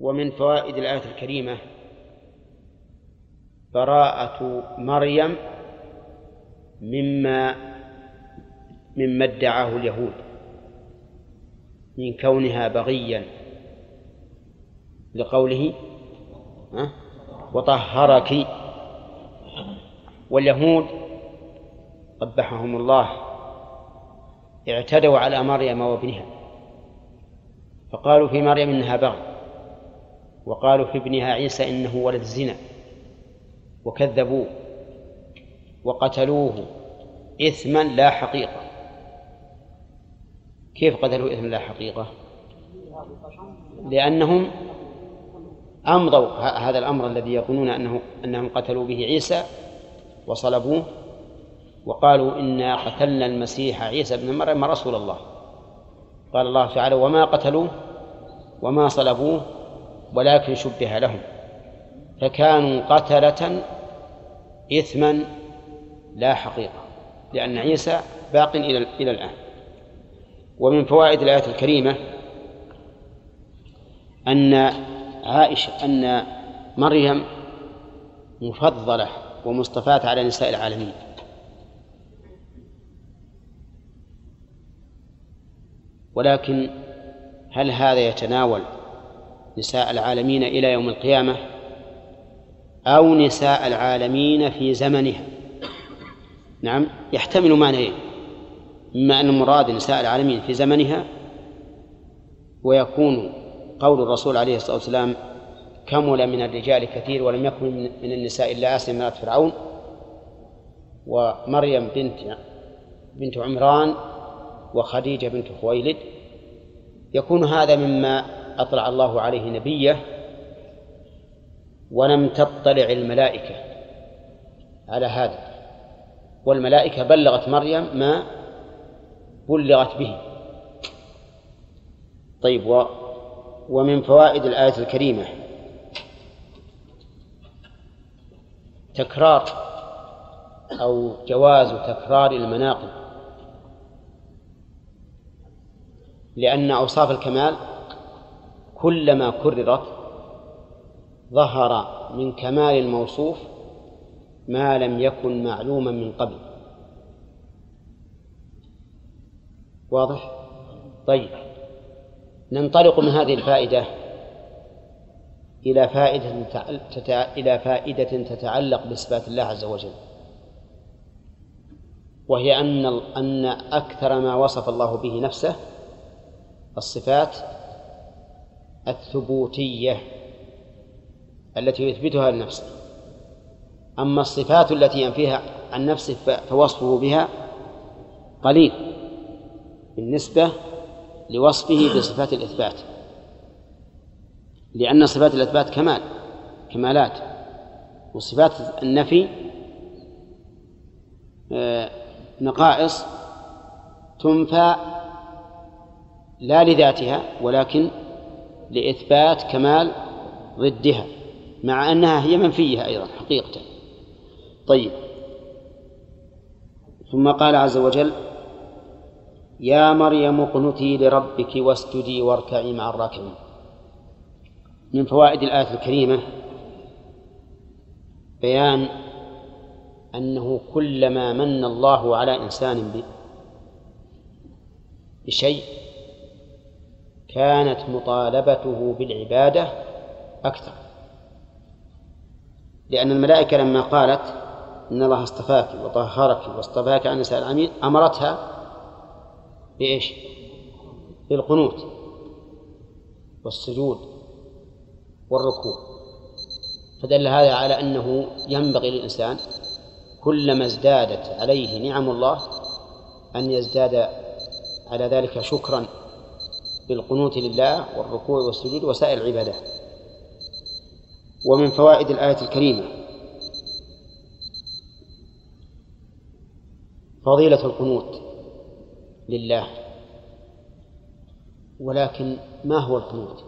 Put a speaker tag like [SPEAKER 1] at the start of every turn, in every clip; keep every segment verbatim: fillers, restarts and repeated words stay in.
[SPEAKER 1] ومن فوائد الآية الكريمة براءة مريم مما مما ادعاه اليهود من كونها بغيا، لقوله وطهرك. واليهود قبحهم الله اعتدوا على مريم وابنها، فقالوا في مريم إنها بغي، وقالوا في ابنها عيسى إنه ولد الزنا، وكذبوه وقتلوه إثما لا حقيقة. كيف قتلوا إثما لا حقيقة؟ لأنهم أمضوا هذا الأمر الذي يظنون أنه أنهم قتلوا به عيسى وصلبوه، وقالوا إنا قتلنا المسيح عيسى ابن مريم رسول الله. قال الله تعالى وما قتلوه وما صلبوه ولكن شبه لهم، فكانوا قتلة إثما لا حقيقة، لأن عيسى باق إلى الآن. ومن فوائد الآية الكريمة أن عائشة أن مريم مفضلة ومصطفاة على نساء العالمين، ولكن هل هذا يتناول نساء العالمين إلى يوم القيامة أو نساء العالمين في زمنها؟ نعم، يحتمل معنيين، إما أن المراد نساء العالمين في زمنها، ويكون قول الرسول عليه الصلاة والسلام كمل من الرجال كثير ولم يكن من النساء إلا آسيا امرأة فرعون ومريم بنت بنت عمران وخديجة بنت خويلد، يكون هذا مما أطلع الله عليه نبيه ولم تطلع الملائكة على هذا، والملائكة بلغت مريم ما بلغت به. طيب، و ومن فوائد الآية الكريمة تكرار أو جواز تكرار المناقب، لأن أوصاف الكمال كلما كررت ظهر من كمال الموصوف ما لم يكن معلوما من قبل. واضح؟ طيب، ننطلق من هذه الفائدة إلى فائدة إلى فائدة تتعلق بصفات الله عز وجل، وهي أن أن أكثر ما وصف الله به نفسه الصفات الثبوتية التي يثبتها لنفسه، أما الصفات التي ينفيها عن نفسه فوصفه بها قليل بالنسبة لوصفه بصفات الإثبات، لأن صفات الإثبات كمال كمالات، وصفات النفي نقائص تنفى لا لذاتها ولكن لإثبات كمال ضدها، مع أنها هي منفية أيضا حقيقة. طيب، ثم قال عز وجل يا مريم اقنتي لربك واسجدي واركعي مع الراكعين. من فوائد الآية الكريمة بيان أنه كلما من الله على إنسان بشيء كانت مطالبته بالعبادة أكثر، لأن الملائكة لما قالت إن الله اصطفاك وطهرك واصطفاك عن نساء العالمين أمرتها بإيش؟ بالقنوت والسجود والركوع، فدل هذا على أنه ينبغي للإنسان كلما ازدادت عليه نعم الله أن يزداد على ذلك شكرا بالقنوت لله والركوع والسجود وسائر العبادات. ومن فوائد الآية الكريمة فضيلة القنوت لله. ولكن ما هو القنوت؟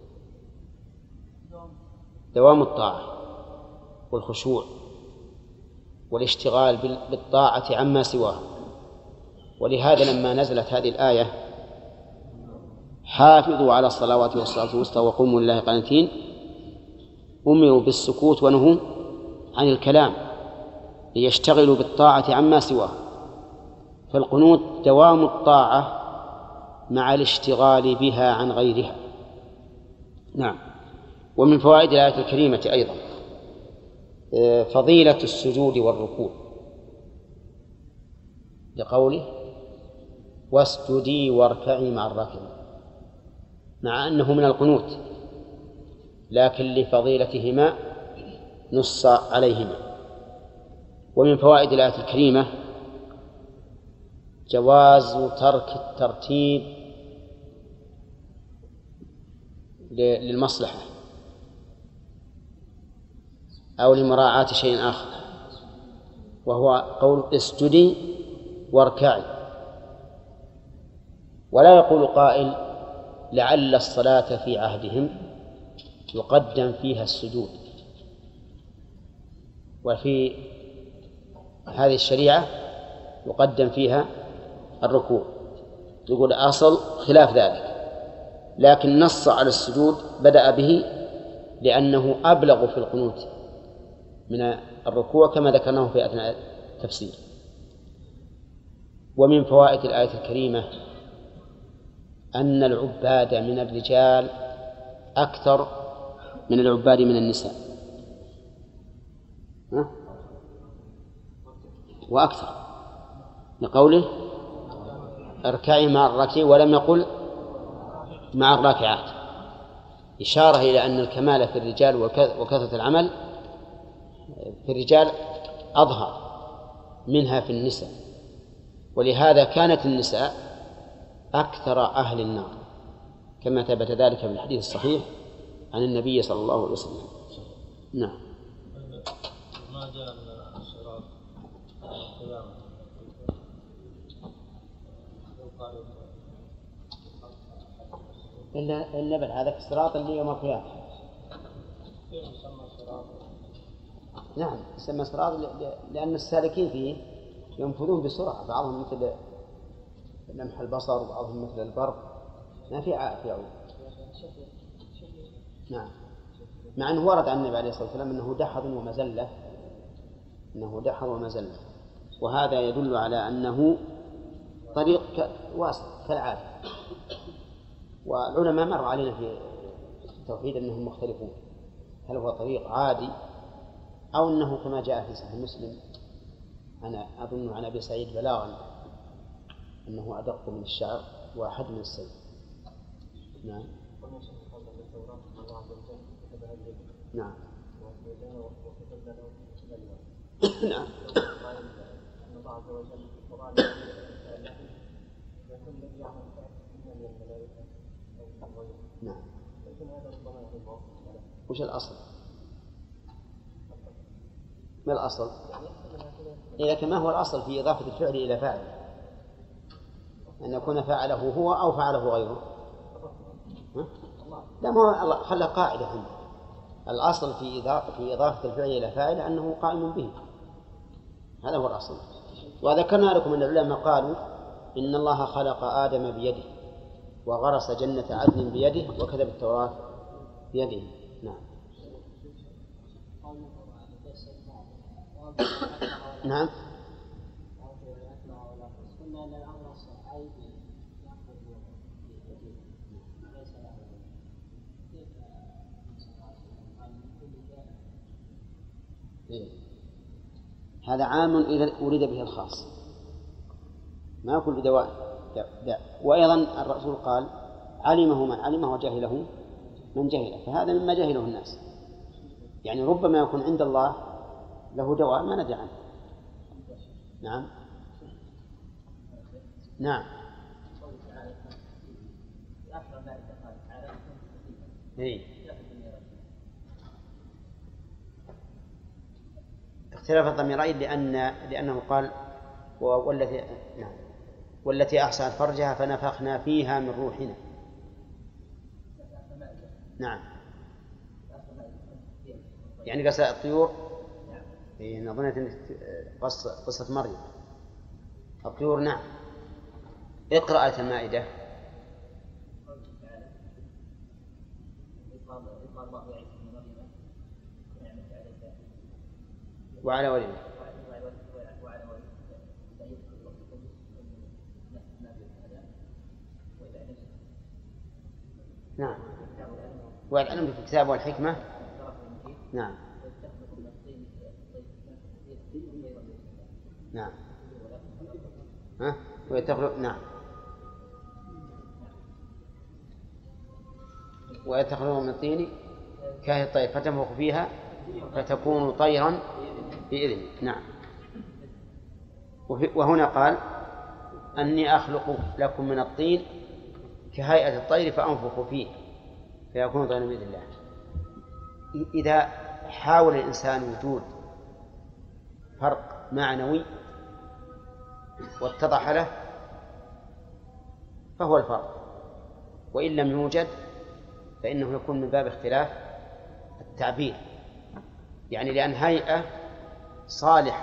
[SPEAKER 1] دوام الطاعة والخشوع والاشتغال بالطاعة عما سواه. ولهذا لما نزلت هذه الآية حافظوا على الصلوات والصلاة الوسطى وقوموا لله قانتين أمروا بالسكوت ونهوا عن الكلام ليشتغلوا بالطاعة عما سواه. فالقنوت دوام الطاعة مع الاشتغال بها عن غيرها. نعم. ومن فوائد الآية الكريمة أيضا فضيلة السجود والركوع لقوله واسجدي واركعي مع الراكعين، مع أنه من القنوت لكن لفضيلتهما نص عليهما. ومن فوائد الآية الكريمة جواز ترك الترتيب للمصلحة أو لمراعاة شيء آخر، وهو قول اسجدي واركعي. ولا يقول قائل لعل الصلاة في عهدهم يقدم فيها السجود، وفي هذه الشريعة يقدم فيها الركوع. يقول أصل خلاف ذلك، لكن نص على السجود بدأ به لأنه أبلغ في القنوت من الركوع كما ذكرناه في أثناء التفسير. ومن فوائد الآية الكريمة أن العباد من الرجال أكثر من العباد من النساء، ها؟ وأكثر لقوله اركعي مع الراكعين ولم يقل مع الراكعات، إشارة إلى أن الكمال في الرجال وكثرة العمل في الرجال أظهر منها في النساء، ولهذا كانت النساء أكثر أهل النار كما ثبت ذلك في الحديث الصحيح عن النبي صلى الله عليه وسلم. نعم.
[SPEAKER 2] ما جاء الصراط القيامة
[SPEAKER 1] إلا إلا بل هذا الصراط اللي يوم القيامة. نعم يسمى صراط لأن السالكين فيه ينفذون بسرعة، بعضهم مثل لمح البصر وبعضهم مثل البرق، ما في عائق يعود. نعم. مع أنه ورد عن النبي عليه الصلاة والسلام أنه دحض ومزلة، أنه دحض ومزلة، وهذا يدل على أنه طريق واسع كالعادة. والعلماء مروا علينا في التوحيد أنهم مختلفون، هل هو طريق عادي أو أنه كما جاء في صحيح مسلم أنا أظن عن أبي سعيد بلاغا أنه أدق من الشعر وأحد من السيف. نعم. نعم. نعم. نعم. وش الأصل؟ ما الأصل؟ إذا كما هو الأصل في إضافة الفعل إلى فاعل أن يكون فعله هو أو فعله غيره. لا، ما هو الله خلى قاعدة عنده، الأصل في إضافة في إضافة الفعل إلى فاعل أنه قائم به، هذا هو الأصل. وذكرنا لكم أن العلماء قالوا إن الله خلق آدم بيده وغرس جنة عدن بيده وكتب التوراة بيده. نعم. نعم. هذا عام إذا أريد به الخاص، ما يقول بدواء. وأيضا الرسول قال علمه من علمه وجهله من جهله، فهذا مما جهله الناس، يعني ربما يكون عند الله له دواء ما ندري عنه. نعم. نعم. إيه. اختلاف الضميرين لأن لأنه قال والتي نعم والتي أحصنت فرجها فنفخنا فيها من روحنا. نعم. يعني قصة الطيور. إيه نظنت قصة قصة مريم الطيور. نعم. اقرأ آية المائدة. وعلى وليه. نعم، والعلم في الكتاب والحكمة. نعم نعم ها ويتخلق. نعم ويتخلق من الطين كهي الطير فتنفخ فيها فتكون طيرا بإذنه. نعم. وهنا قال أني أخلق لكم من الطين كهيئة الطير فأنفخ فيه فيكون طيرا بإذن الله. إذا حاول الإنسان وجود فرق معنوي واتضح له فهو الفرق، وإن لم يوجد فإنه يكون من باب اختلاف التعبير، يعني لأن هيئة صالحة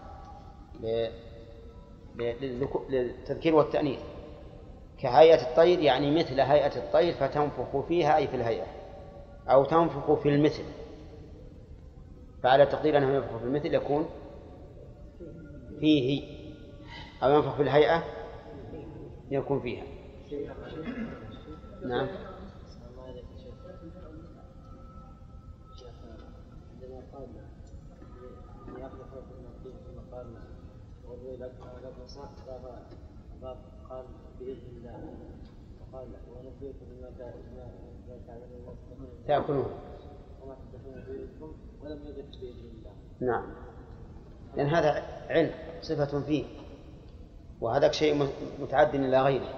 [SPEAKER 1] للتذكير والتأنيث كهيئة الطير، يعني مثل هيئة الطير فتنفخ فيها أي في الهيئة، أو تنفخ في المثل، فعلى تقدير أنه ينفخ في المثل يكون فيه، أو ينفخ في الهيئة يكون فيها. نعم. قال بإذن الله وقال ونبيكم بما تأكلون وما تدخلون بيوتكم ولم يذكر بإذن الله. نعم، لأن هذا علم صفة فيه، وهذا شيء متعد إلى غيره،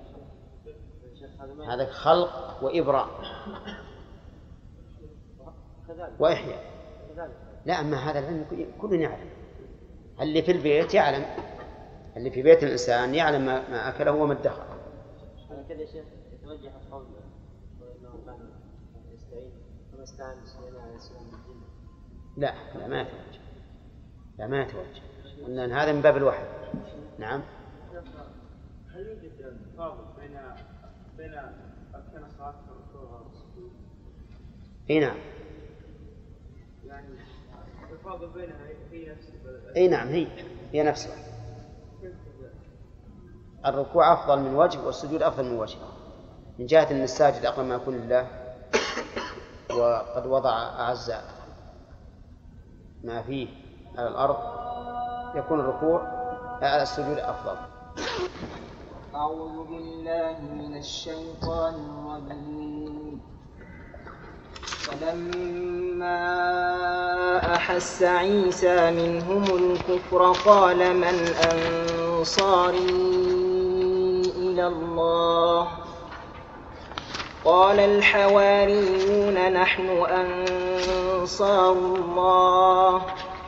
[SPEAKER 1] هذا خلق وإبراء وإحياء. لا، أما هذا العلم كل يعلم، اللي في البيت يعلم، اللي في بيت الإنسان يعلم ما أكله وما ادخر.
[SPEAKER 3] على كذا شيخ يتوجه القول وإنه كان يستعين وما استعان سليمان عليه السلام بالجن.
[SPEAKER 1] لا لا ما يتوجه، لا ما يتوجه، لأن هذا من باب الوحي. نعم.
[SPEAKER 4] هل يوجد فاضل بين بين أركان الصلاة والركوع والسجود؟
[SPEAKER 1] إي نعم.
[SPEAKER 4] يعني الفاضل بينها هي نفسها.
[SPEAKER 1] إي نعم، هي هي نفسها. الركوع أفضل من وجه والسجود أفضل من وجه، من جهة أن الساجد أقرب ما يكون لله وقد وضع أعز ما فيه على الأرض، يكون الركوع على السجود أفضل.
[SPEAKER 5] أعوذ بالله من الشيطان الرجيم. فلما أحس عيسى منهم الكفر قال من أنصاري إلى الله؟ قال الحواريون نحن أنصار الله،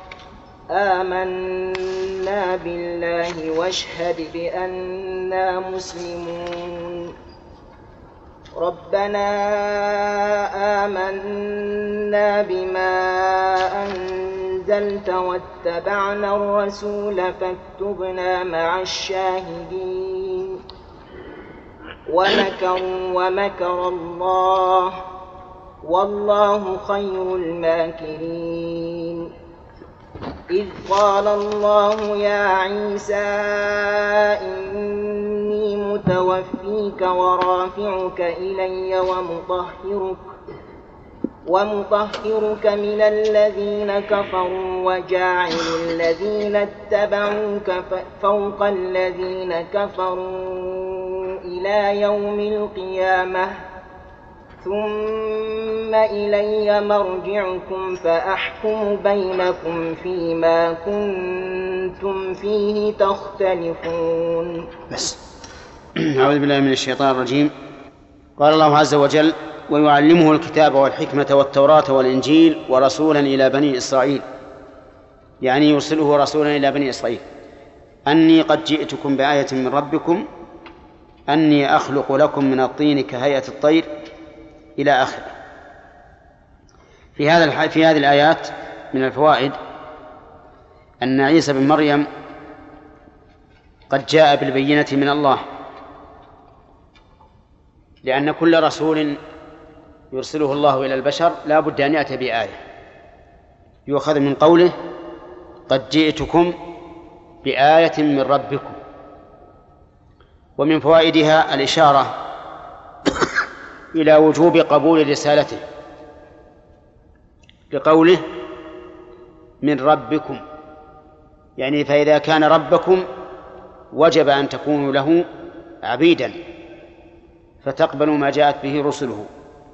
[SPEAKER 5] آمنا بالله واشهد بأننا مسلمون. ربنا آمنا بما أنزلت واتبعنا الرسول فاكتبنا مع الشاهدين. ومكروا ومكر الله والله خير الماكرين. إذ قال الله يا عيسى إني متوفيك ورافعك إلي ومطهرك ومطهرك من الذين كفروا وجاعل الذين اتبعوك فوق الذين كفروا إلى يوم القيامة، ثم إلي مرجعكم فأحكم بينكم فيما كنتم فيه تختلفون.
[SPEAKER 1] بس أعوذ بالله من الشيطان الرجيم. قال الله عز وجل ويعلمه الكتاب والحكمة والتوراة والإنجيل ورسولا إلى بني إسرائيل، يعني يرسله رسولا إلى بني إسرائيل، أني قد جئتكم بآية من ربكم أني أخلق لكم من الطين كهيئة الطير إلى آخره. في هذا في هذه الآيات من الفوائد أن عيسى بن مريم قد جاء بالبينة من الله، لأن كل رسول يرسله الله إلى البشر لا بد أن يأتي بآية يؤخذ من قوله قد جئتكم بآية من ربكم. ومن فوائدها الإشارة إلى وجوب قبول رسالته لقوله من ربكم، يعني فإذا كان ربكم وجب أن تكونوا له عبيدا فتقبلوا ما جاءت به رسله.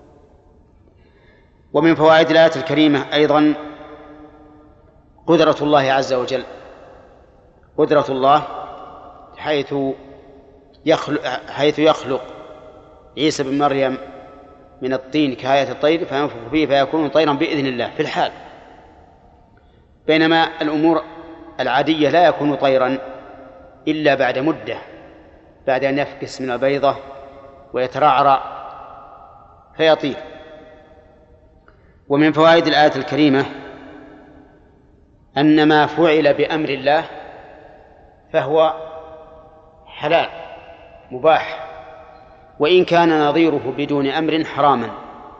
[SPEAKER 1] ومن فوائد الآية الكريمة أيضا قدرة الله عز وجل، قدرة الله حيث يخلق, حيث يخلق عيسى بن مريم من الطين كهيئة الطير فينفخ فيه فيكون طيرا بإذن الله في الحال، بينما الأمور العادية لا يكون طيرا إلا بعد مدة، بعد أن يفكس من البيضة ويترعرع فيطير. ومن فوائد الآية الكريمة أن ما فعل بأمر الله فهو حلال مباح، وإن كان نظيره بدون أمر حراما،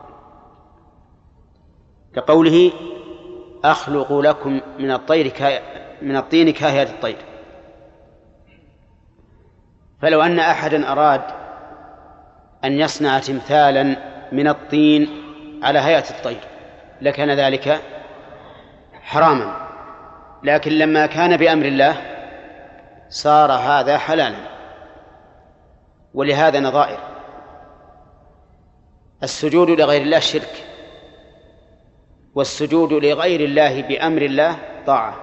[SPEAKER 1] كقوله أخلق لكم من الطير كا... من الطين كهيئة الطير. فلو أن أحدا أراد أن يصنع تمثالا من الطين على هيئة الطير لكان ذلك حراما، لكن لما كان بأمر الله صار هذا حلالا. ولهذا نظائر: السجود لغير الله شرك، والسجود لغير الله بأمر الله طاعة.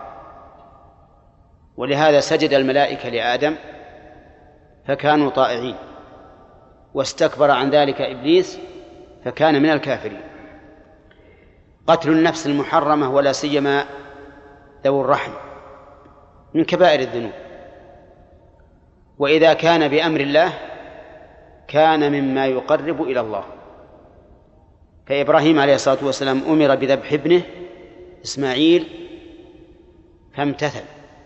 [SPEAKER 1] ولهذا سجد الملائكة لآدم فكانوا طائعين، واستكبر عن ذلك إبليس فكان من الكافرين. قتل النفس المحرمة ولا سيما ذو الرحم من كبائر الذنوب، وإذا كان بأمر الله كان مما يقرب إلى الله. فإبراهيم عليه الصلاة والسلام أمر بذبح ابنه إسماعيل فامتثل،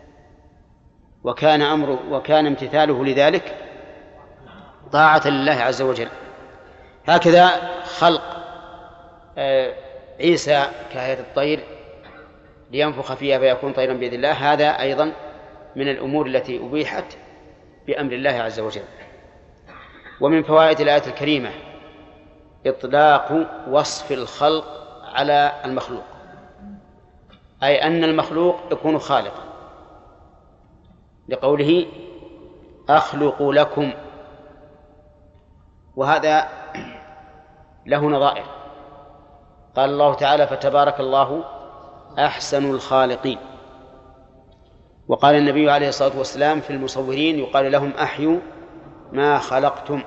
[SPEAKER 1] وكان أمره وكان امتثاله لذلك طاعة لله عز وجل. هكذا خلق عيسى كهيئة الطير لينفخ فيها فيكون طيرا بإذن الله، هذا أيضا من الأمور التي أبيحت بأمر الله عز وجل. ومن فوائد الآية الكريمة إطلاق وصف الخلق على المخلوق، أي أن المخلوق يكون خالقا، لقوله أخلق لكم، وهذا له نظائر. قال الله تعالى فتبارك الله أحسن الخالقين. وقال النبي عليه الصلاة والسلام في المصورين يقال لهم أحيوا ما خلقتم.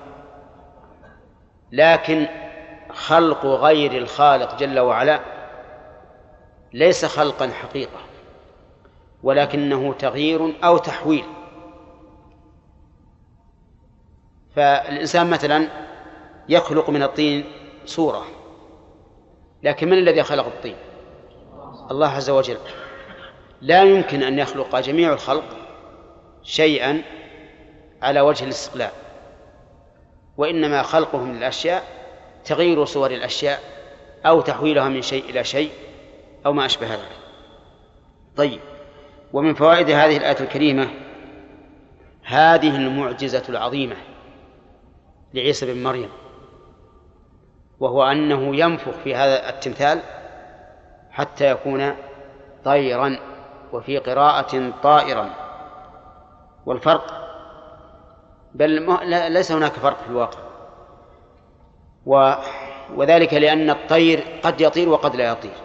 [SPEAKER 1] لكن خلق غير الخالق جل وعلا ليس خلقا حقيقة، ولكنه تغيير أو تحويل. فالإنسان مثلا يخلق من الطين صورة، لكن من الذي خلق الطين؟ الله عز وجل. لا يمكن أن يخلق جميع الخلق شيئا على وجه الاستقلال، وإنما خلقهم للأشياء تغيير صور الأشياء أو تحويلها من شيء إلى شيء أو ما أشبه ذلك. طيب، ومن فوائد هذه الآية الكريمة هذه المعجزة العظيمة لعيسى بن مريم، وهو أنه ينفخ في هذا التمثال حتى يكون طيرا، وفي قراءة طائرا. والفرق بل ليس هناك فرق في الواقع، وذلك لأن الطير قد يطير وقد لا يطير،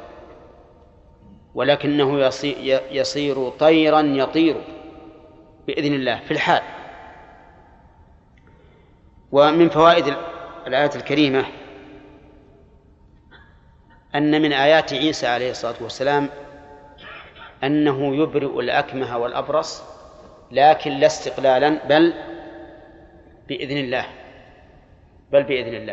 [SPEAKER 1] ولكنه يصير طيرا يطير بإذن الله في الحال. ومن فوائد الآية الكريمة أن من آيات عيسى عليه الصلاة والسلام أنه يبرئ الأكمه والأبرص، لكن لا استقلالا بل بإذن الله، بل بإذن الله،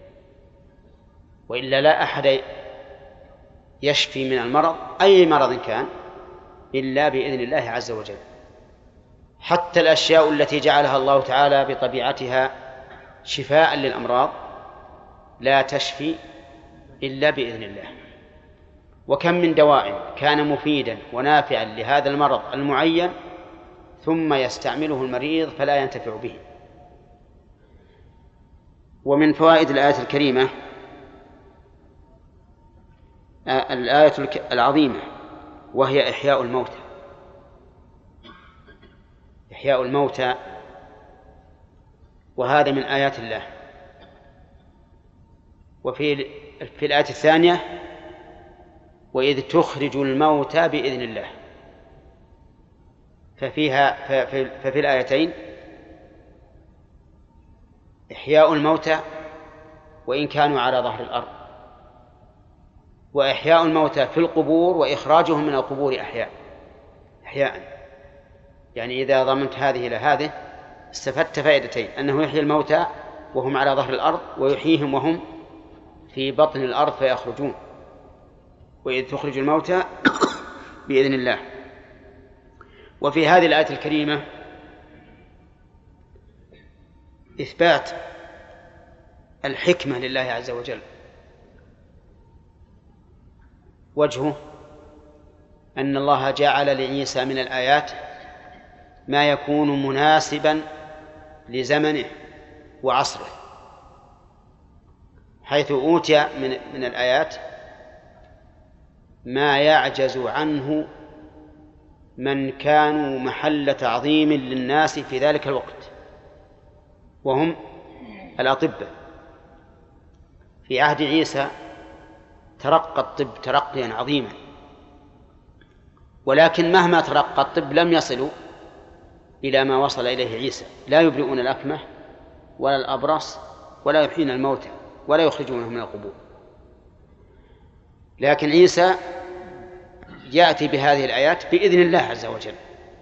[SPEAKER 1] وإلا لا أحد يشفي من المرض أي مرض كان إلا بإذن الله عز وجل. حتى الأشياء التي جعلها الله تعالى بطبيعتها شفاء للأمراض لا تشفي إلا بإذن الله. وكم من دواء كان مفيدا ونافعا لهذا المرض المعين ثم يستعمله المريض فلا ينتفع به. ومن فوائد الآية الكريمة الآية العظيمة وهي إحياء الموتى. إحياء الموتى وهذا من آيات الله. وفي في الآية الثانية وإذ تخرج الموتى بإذن الله. ففيها ففي, ففي الآيتين إحياء الموتى وإن كانوا على ظهر الأرض، وإحياء الموتى في القبور وإخراجهم من القبور أحياء أحياء يعني إذا ضمنت هذه إلى هذه استفدت فائدتين: أنه يحيي الموتى وهم على ظهر الأرض، ويحييهم وهم في بطن الأرض فيخرجون. وإذ تخرج الموتى بإذن الله. وفي هذه الآية الكريمة إثبات الحكمة لله عز وجل. وجهه أن الله جعل لعيسى من الآيات ما يكون مناسبا لزمنه وعصره، حيث أوتي من, من الآيات ما يعجز عنه من كانوا محل تعظيم للناس في ذلك الوقت، وهم الأطباء. في عهد عيسى ترقى الطب ترقيا عظيما، ولكن مهما ترقى الطب لم يصلوا إلى ما وصل إليه عيسى. لا يبرئون الأكمه ولا الأبرص ولا يحيون الموتى ولا يخرجونهم من القبور. لكن عيسى يأتي بهذه الآيات بإذن الله عز وجل.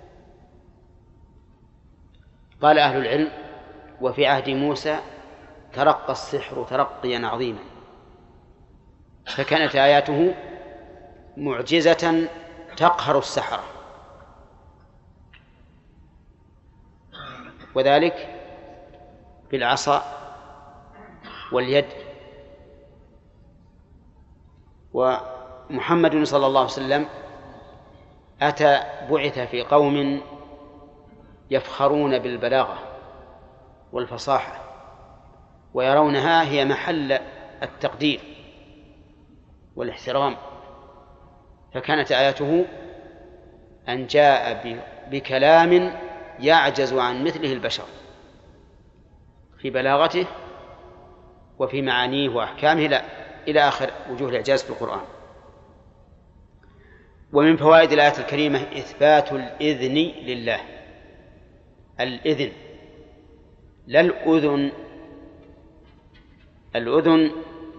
[SPEAKER 1] قال أهل العلم: وفي عهد موسى ترقى السحر ترقيا عظيما، فكانت آياته معجزة تقهر السحرة، وذلك بالعصا واليد. ومحمد صلى الله عليه وسلم أتى بعث في قوم يفخرون بالبلاغة والفصاحة ويرونها هي محل التقدير والاحترام، فكانت آياته أن جاء بكلام يعجز عن مثله البشر في بلاغته وفي معانيه وأحكامه لا إلى آخر وجوه الإعجاز في القرآن. ومن فوائد الآية الكريمة إثبات الإذن لله. الإذن لا الأذن. الأذن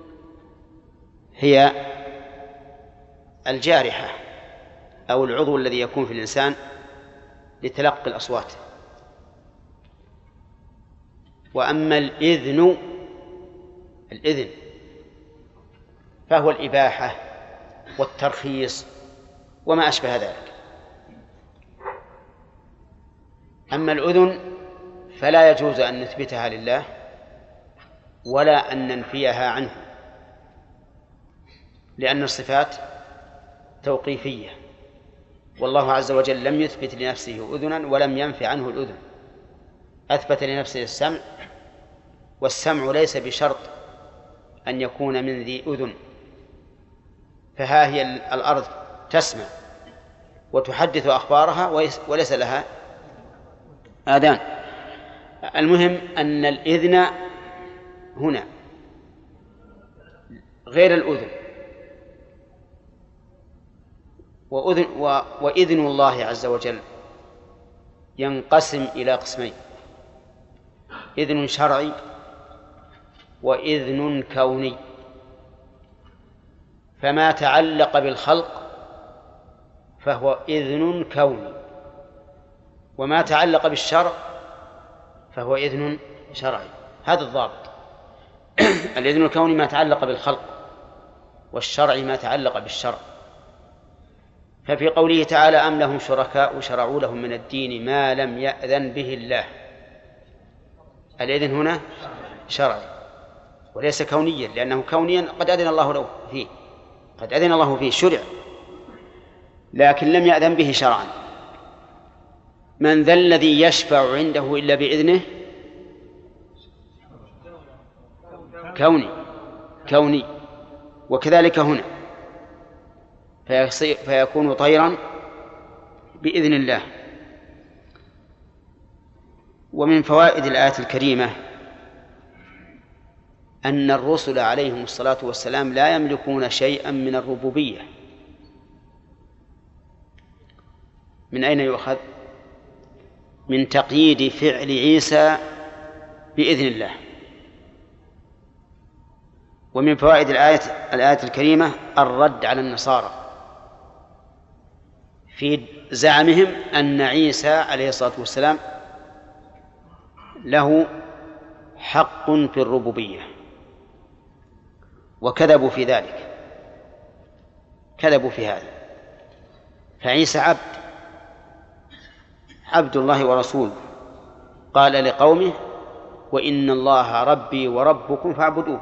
[SPEAKER 1] هي الجارحة أو العضو الذي يكون في الإنسان لتلقي الأصوات. وأما الإذن الإذن فهو الإباحة والترخيص وما أشبه ذلك. أما الأذن فلا يجوز أن نثبتها لله ولا أن ننفيها عنه، لأن الصفات توقيفية، والله عز وجل لم يثبت لنفسه أذنا ولم ينفي عنه الأذن. أثبت لنفسه السمع، والسمع ليس بشرط أن يكون من ذي أذن، فها هي الأرض تسمع وتحدث أخبارها وليس لها آذان. المهم أن الإذن هنا غير الأذن. وأذن وإذن الله عز وجل ينقسم إلى قسمين: إذن شرعي وإذن كوني. فما تعلق بالخلق فهو إذن كوني، وما تعلق بالشرع فهو إذن شرعي. هذا الضابط. الإذن الكوني ما تعلق بالخلق، والشرع ما تعلق بالشرع. ففي قوله تعالى: أم لهم شركاء شرعوا لهم من الدين ما لم يأذن به الله، الإذن هنا شرعي. وليس كونيا، لأنه كونيا قد أذن الله له فيه، قد أذن الله فيه شرع، لكن لم يأذن به شرعا. من ذا الذي يشفع عنده إلا بإذنه؟ كوني كوني وكذلك هنا فيكون طيرا بإذن الله. ومن فوائد الآية الكريمة أن الرسل عليهم الصلاة والسلام لا يملكون شيئا من الربوبية. من أين يؤخذ؟ من تقييد فعل عيسى بإذن الله. ومن فوائد الآية الآية الكريمة الرد على النصارى في زعمهم أن عيسى عليه الصلاة والسلام له حق في الربوبية، وكذبوا في ذلك، كذبوا في هذا. فعيسى عبد عبد الله ورسوله، قال لقومه وإن الله ربي وربكم فاعبدوه.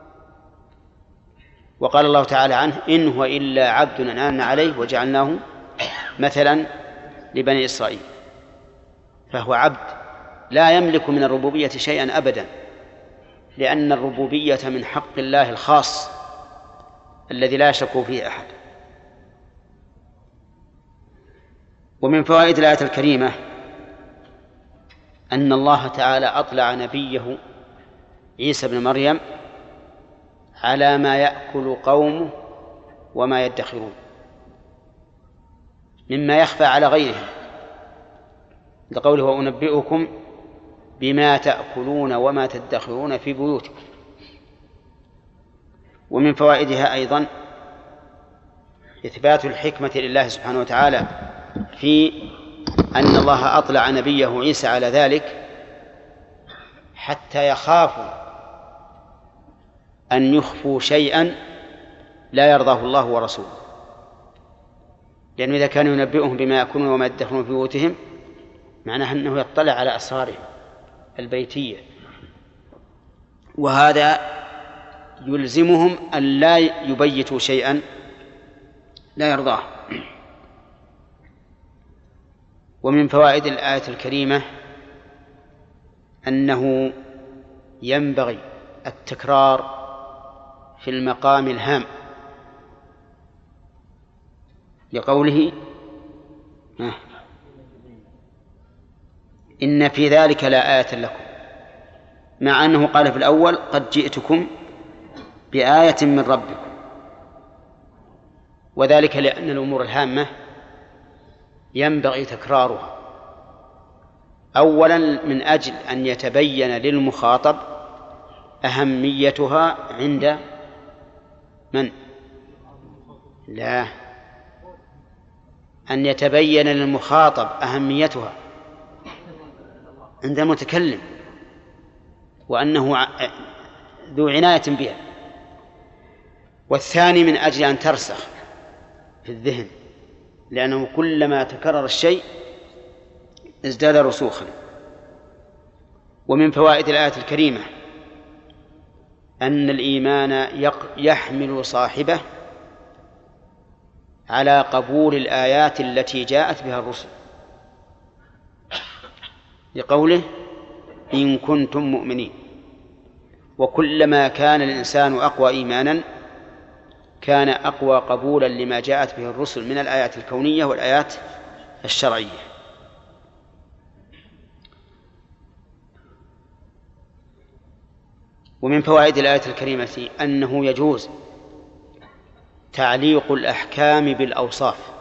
[SPEAKER 1] وقال الله تعالى عنه إن هو إلا عبد أنعمنا عليه وجعلناه مثلا لبني إسرائيل. فهو عبد لا يملك من الربوبية شيئا أبدا، لأن الربوبية من حق الله الخاص الذي لا يشرك فيه أحد. ومن فوائد الآية الكريمة أن الله تعالى أطلع نبيه عيسى بن مريم على ما يأكل قومه وما يدخرون مما يخفى على غيرهم، لقوله وأنبئكم بما تأكلون وما تدخرون في بيوتكم. ومن فوائدها أيضا إثبات الحكمة لله سبحانه وتعالى في أن الله أطلع نبيه عيسى على ذلك حتى يخافوا أن يخفوا شيئا لا يرضاه الله ورسوله، لأنه إذا كانوا ينبئهم بما يأكلون وما يدخرون في بيوتهم معناه أنه يطلع على أسرارهم البيتية، وهذا يلزمهم أن لا يبيتوا شيئا لا يرضاه. ومن فوائد الآية الكريمة أنه ينبغي التكرار في المقام الهام، لقوله إن في ذلك لآية لكم، مع أنه قال في الأول قد جئتكم بآية من ربكم، وذلك لأن الأمور الهامة ينبغي تكرارها، أولا من أجل أن يتبين للمخاطب أهميتها عند من؟ لا، أن يتبين للمخاطب أهميتها عند المتكلم، وأنه ذو عناية بها. والثاني من أجل أن ترسخ في الذهن، لأنه كلما تكرر الشيء ازداد رسوخا. ومن فوائد الآية الكريمة أن الإيمان يحمل صاحبه على قبول الآيات التي جاءت بها الرسل، لقوله إن كنتم مؤمنين. وكلما كان الإنسان أقوى إيمانا كان أقوى قبولا لما جاءت به الرسل من الآيات الكونية والآيات الشرعية. ومن فوائد الآية الكريمة أنه يجوز تعليق الأحكام بالأوصاف،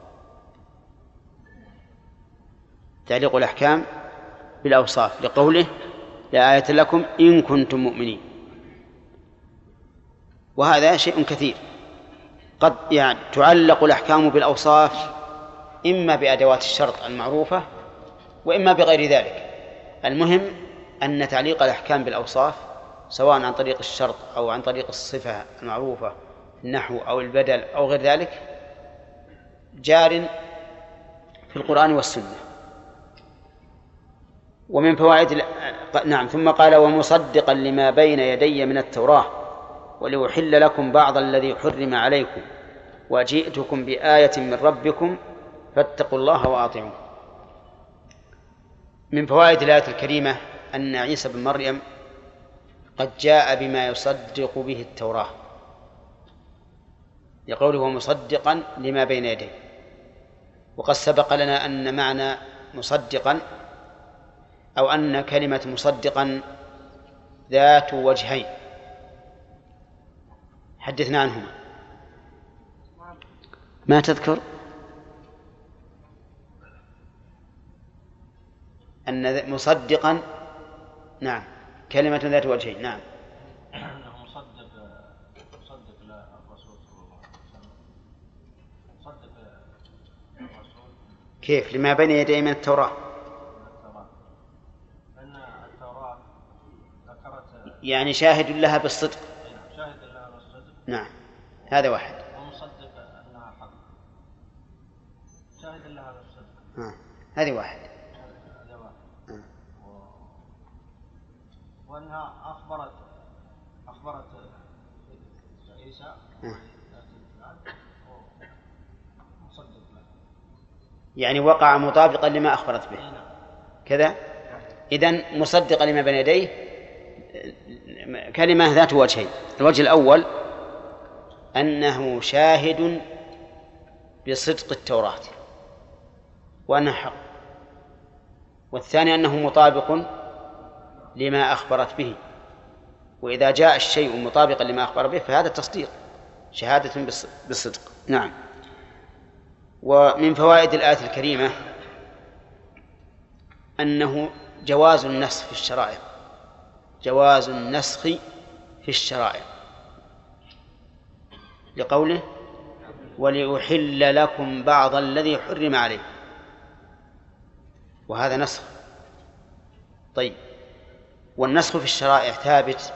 [SPEAKER 1] تعليق الأحكام بالأوصاف، لقوله لا آية لكم إن كنتم مؤمنين. وهذا شيء كثير، قد يعني تعلق الأحكام بالأوصاف إما بأدوات الشرط المعروفة وإما بغير ذلك. المهم أن تعليق الأحكام بالأوصاف سواء عن طريق الشرط أو عن طريق الصفة المعروفة النحو أو البدل أو غير ذلك جار في القرآن والسنة. ومن فوائد نعم ثم قال ومصدقا لما بين يدي من التوراة ولأحل لكم بعض الذي حرم عليكم وجئتكم بآية من ربكم فاتقوا الله وأطيعون. من فوائد الآية الكريمة أن عيسى بن مريم قد جاء بما يصدق به التوراة، لقوله مصدقا لما بين يديه. وقد سبق لنا أن معنى مصدقا أو أن كلمة مصدقا ذات وجهين، حدثنا عنهما. ما تذكر أن مصدقا نعم كلمة ذات وجهين. نعم
[SPEAKER 2] مصدق مصدق للرسول صلى الله عليه وسلم، مصدق الرسول
[SPEAKER 1] كيف لما بين يديه من التوراة؟
[SPEAKER 2] لأن التوراة ذكرت
[SPEAKER 1] يعني شاهد لها بالصدق.
[SPEAKER 2] شاهد لها بالصدق.
[SPEAKER 1] نعم هذا واحد.
[SPEAKER 2] ومصدق أنها حق، شاهد لها بالصدق.
[SPEAKER 1] آه. هذه واحد.
[SPEAKER 2] هذا واحد. آه. و... وأنها أخبرت أخبرت عيسى
[SPEAKER 1] آه.
[SPEAKER 2] مصدق له،
[SPEAKER 1] يعني وقع مطابقا لما أخبرت به كذا. إذن مصدقا لما بين يديه كلمة ذات وجهين. الوجه الأول أنه شاهد بصدق التوراة وأنها حق، والثاني أنه مطابق لما أخبرت به. وإذا جاء الشيء مطابقا لما أخبر به فهذا تصديق، شهادة بالصدق. نعم. ومن فوائد الآية الكريمة أنه جواز النسخ في الشرائع، جواز النسخ في الشرائع، لقوله ولأحل لكم بعض الذي حرم عليكم، وهذا نسخ. طيب، والنسخ في الشرائع ثابت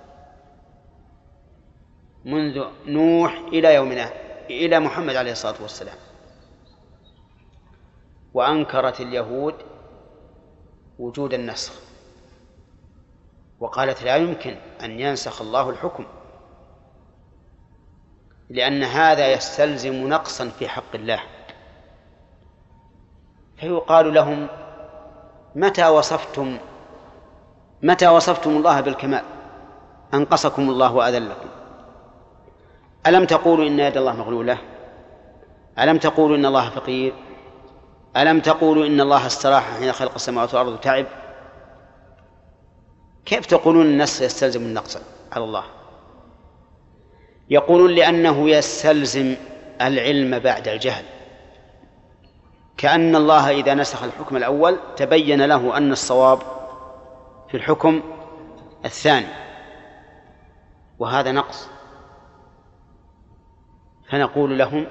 [SPEAKER 1] منذ نوح إلى يومنا إلى محمد عليه الصلاة والسلام. وأنكرت اليهود وجود النسخ وقالت لا يمكن أن ينسخ الله الحكم، لأن هذا يستلزم نقصا في حق الله. فيقال لهم متى وصفتم متى وصفتم الله بالكمال أنقصكم الله وأذلكم؟ ألم تقولوا إن يد الله مغلولة؟ ألم تقولوا إن الله فقير؟ ألم تقولوا إن الله استراح حين خلق السماوات والأرض تعب؟ كيف تقولون النص يستلزم النقص على الله؟ يقولون لأنه يستلزم العلم بعد الجهل، كأن الله إذا نسخ الحكم الأول تبين له أن الصواب في الحكم الثاني، وهذا نقص. فنقول لهم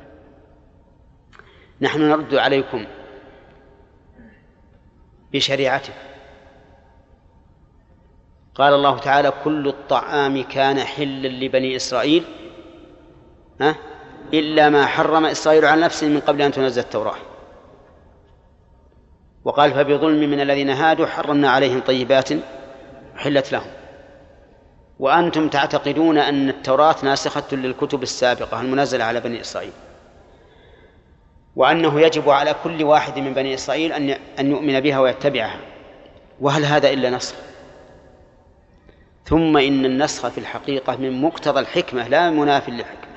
[SPEAKER 1] نحن نرد عليكم بشريعته. قال الله تعالى كل الطعام كان حلا لبني إسرائيل ها إلا ما حرم إسرائيل على نفسه من قبل أن تنزل التوراة. وقال فبظلم من الذين هادوا حرمنا عليهم طيبات حلت لهم. وأنتم تعتقدون أن التوراة ناسخة للكتب السابقة المنزلة على بني إسرائيل، وأنه يجب على كل واحد من بني إسرائيل أن يؤمن بها ويتبعها، وهل هذا إلا نسخ؟ ثم إن النسخ في الحقيقة من مقتضى الحكمة لا مناف للحكمة،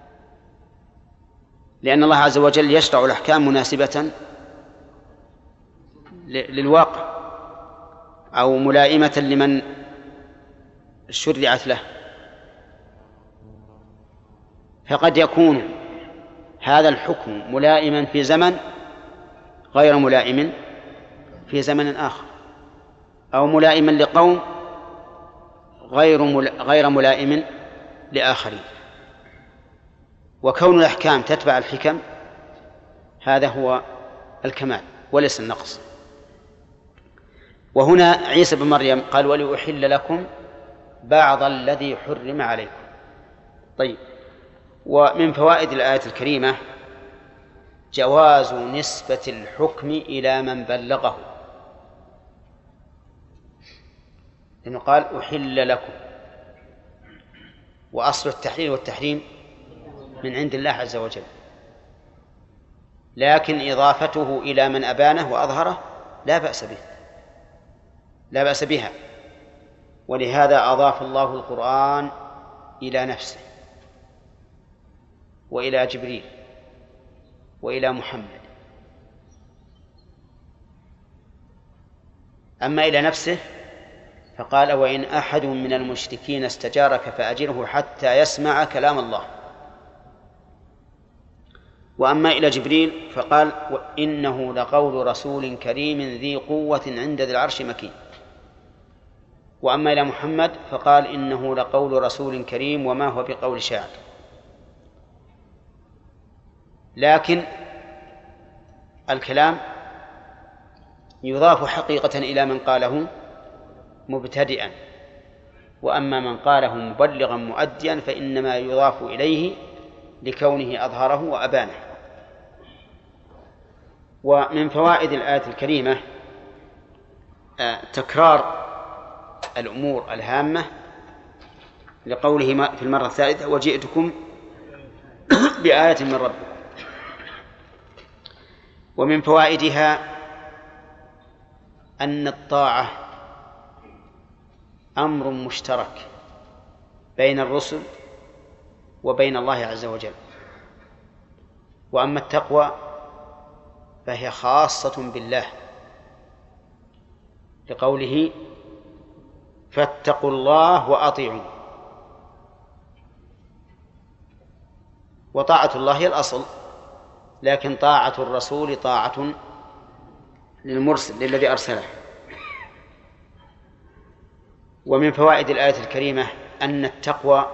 [SPEAKER 1] لأن الله عز وجل يشرع الأحكام مناسبة للواقع أو ملائمة لمن شرعت له. فقد يكون هذا الحكم ملائما في زمن غير ملائم في زمن آخر، أو ملائما لقوم غير غير ملائم لآخرين. وكون الأحكام تتبع الحكم هذا هو الكمال وليس النقص. وهنا عيسى بن مريم قال ولأحل لكم بعض الذي حرم عليكم. طيب، ومن فوائد الآية الكريمة جواز نسبة الحكم إلى من بلغه، لأنه قال أحل لكم، وأصل التحليل والتحريم من عند الله عز وجل، لكن إضافته إلى من أبانه وأظهره لا بأس به، لا بأس بها. ولهذا أضاف الله القرآن إلى نفسه وإلى جبريل وإلى محمد. أما إلى نفسه فقال وإن أحد من المشركين استجارك فأجره حتى يسمع كلام الله. وأما إلى جبريل فقال وإنه لقول رسول كريم ذي قوة عند ذي العرش مكين. وأما إلى محمد فقال إنه لقول رسول كريم وما هو بقول شاعر. لكن الكلام يضاف حقيقة إلى من قاله مبتدئا، وأما من قاله مبلغا مؤديا فإنما يضاف إليه لكونه أظهره وأبانه. ومن فوائد الآية الكريمة تكرار الأمور الهامة لقوله في المرة الثالثة وجئتكم بآية من ربكم. ومن فوائدها أن الطاعة أمر مشترك بين الرسل وبين الله عز وجل، وأما التقوى فهي خاصة بالله لقوله فاتقوا الله وأطيعوا. وطاعة الله هي الأصل، لكن طاعة الرسول طاعة للمرسل للذي أرسله. ومن فوائد الآية الكريمة أن التقوى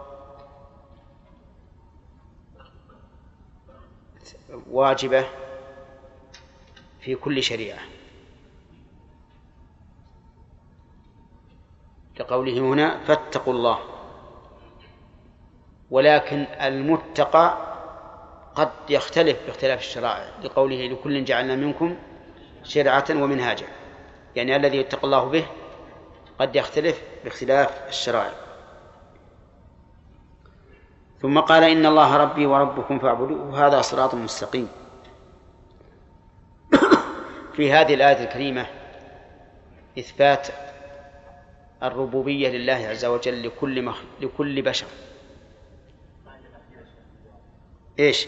[SPEAKER 1] واجبة في كل شريعة، لقوله هنا فاتقوا الله. ولكن المتقى قد يختلف باختلاف الشرائع، لقوله لكل جعلنا منكم شرعة ومنهاجا، يعني الذي يتقى الله به قد يختلف باختلاف الشرائع. ثم قال إن الله ربي وربكم فاعبدوه هذا صراط مستقيم. في هذه الآية الكريمة إثبات الربوبية لله عز وجل لكل مخ... لكل بشر. إيش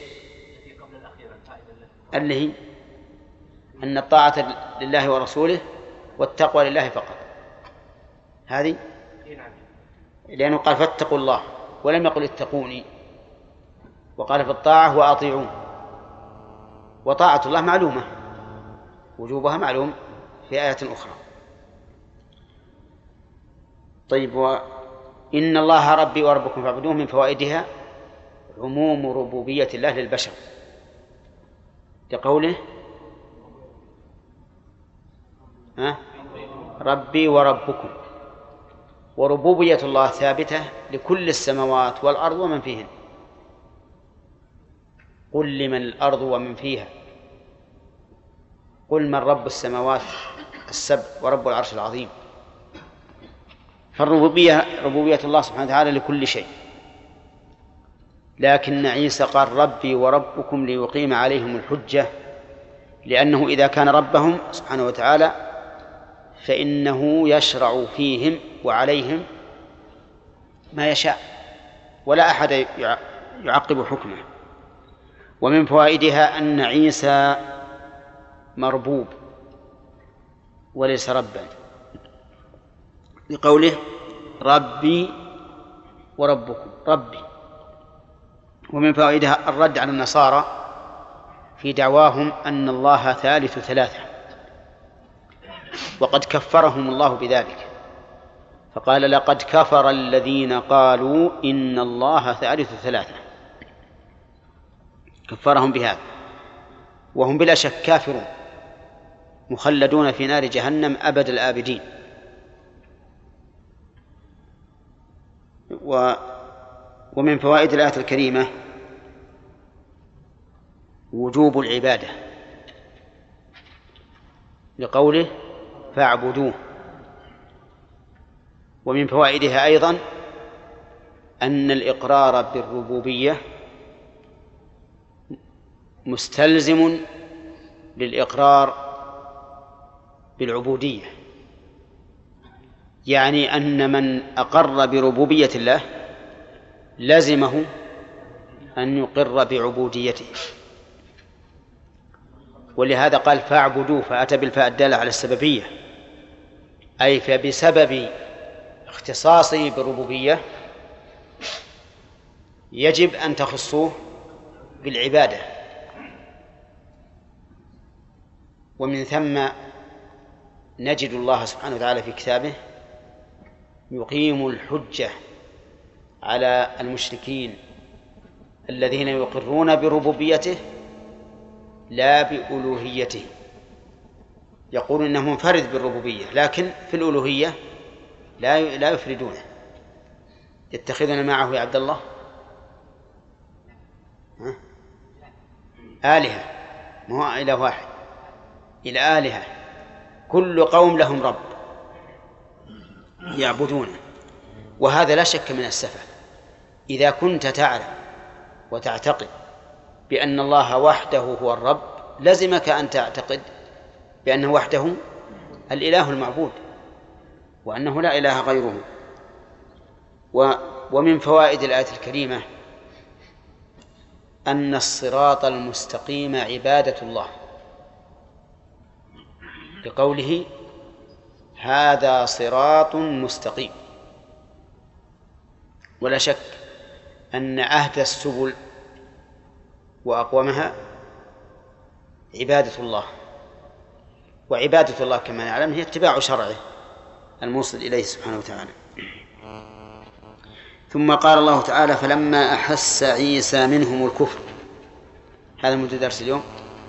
[SPEAKER 1] اللي هي أن الطاعة لله ورسوله والتقوى لله فقط، هذه لأنه قال فاتقوا الله ولم يقل اتقوني، وقال في الطاعة وأطيعون. وطاعة الله معلومة، وجوبها معلوم في آية أخرى. طيب وإن الله ربي وربكم فاعبدوه من فوائدها عموم ربوبية الله للبشر، لقوله ها ربي وربكم. وربوبية الله ثابتة لكل السماوات والأرض ومن فيهن. قل لمن الأرض ومن فيها قل من رب السماوات السبع ورب العرش العظيم. فالربوبية ربوبية الله سبحانه وتعالى لكل شيء، لكن عيسى قال ربي وربكم ليقيم عليهم الحجة، لأنه إذا كان ربهم سبحانه وتعالى فإنه يشرع فيهم وعليهم ما يشاء ولا أحد يعقب حكمه. ومن فوائدها أن عيسى مربوب وليس ربا، لقوله ربي وربكم ربي. ومن فوائدها الرد على النصارى في دعواهم أن الله ثالث ثلاثة، وقد كفرهم الله بذلك، فقال لقد كفر الذين قالوا إن الله ثالث ثلاثة، كفرهم بهذا، وهم بلا شك كافرون مخلدون في نار جهنم أبد الآبدين. و ومن فوائد الآية الكريمة وجوب العبادة، لقوله فاعبدوه. ومن فوائدها أيضا أن الإقرار بالربوبية مستلزم للإقرار بالعبودية، يعني أن من أقر بربوبية الله لزمه أن يقر بعبوديته، ولهذا قال فاعبدوه، فأتى بالفاء الدالة على السببية، أي فبسبب اختصاصه بالربوبية يجب أن تخصوه بالعبادة. ومن ثم نجد الله سبحانه وتعالى في كتابه يقيم الحجة على المشركين الذين يقرون بربوبيته لا بألوهيته، يقول إنه منفرد بالربوبية لكن في الألوهية لا لا يفردونه. يتخذون معه يا عبد الله ها؟ آلهة، ما هو إله واحد، إلى آلهة، كل قوم لهم رب يعبدونه. وهذا لا شك من السفه. إذا كنت تعلم وتعتقد بأن الله وحده هو الرب لزمك أن تعتقد بأنه وحده الإله المعبود وأنه لا إله غيره. ومن فوائد الآية الكريمة أن الصراط المستقيم عبادة الله، بقوله هذا صراط مستقيم. ولا شك أن أهدى السبل وأقومها عبادة الله، وعبادة الله كما نعلم هي اتباع شرعه الموصل إليه سبحانه وتعالى. ثم قال الله تعالى فلما أحس عيسى منهم الكفر، هذا مدة درس اليوم،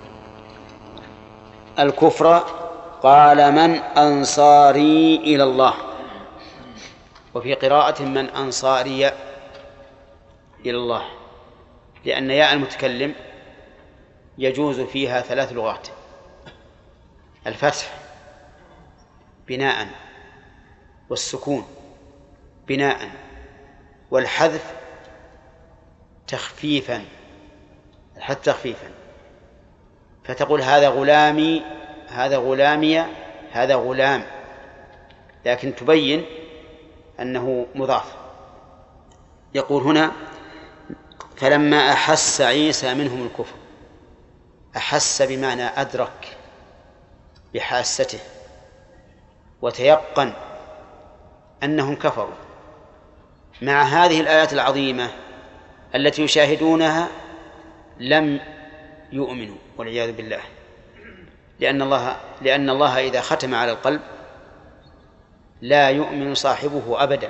[SPEAKER 1] الكفر قال من أنصاري إلى الله، وفي قراءة من أنصاري إلى الله، لأن ياء المتكلم يجوز فيها ثلاث لغات: الفتح بناء، والسكون بناء، والحذف تخفيفا، الحذف تخفيفا، فتقول هذا غلامي، هذا غلامي، هذا غلام، لكن تبين أنه مضاف. يقول هنا فلما أحس عيسى منهم الكفر، أحس بمعنى أدرك بحاسته وتيقن أنهم كفروا مع هذه الآيات العظيمة التي يشاهدونها لم يؤمنوا والعياذ بالله، لأن الله لأن الله إذا ختم على القلب لا يؤمن صاحبه أبدا.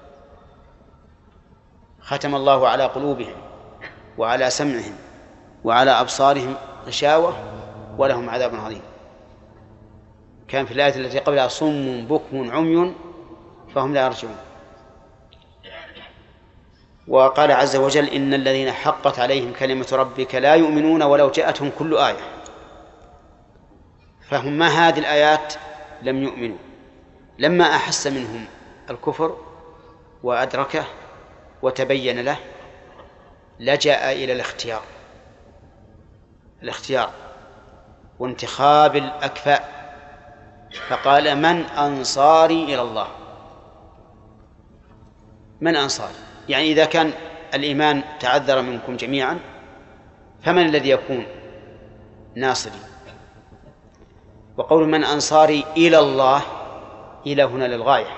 [SPEAKER 1] ختم الله على قلوبهم وعلى سمعهم وعلى أبصارهم غشاوة ولهم عذاب عظيم. كان في الآية التي قبلها صم بكم عمي فهم لا يرجعون. وقال عز وجل إن الذين حقت عليهم كلمة ربك لا يؤمنون ولو جاءتهم كل آية، فهم ما هذه الآيات لم يؤمنوا. لما أحس منهم الكفر وأدركه وتبين له لجأ إلى الاختيار الاختيار وانتخاب الأكفاء، فقال من أنصاري إلى الله. من أنصاري يعني إذا كان الإيمان تعذر منكم جميعا فمن الذي يكون ناصري؟ وقول من أنصاري إلى الله، إلى هنا للغاية،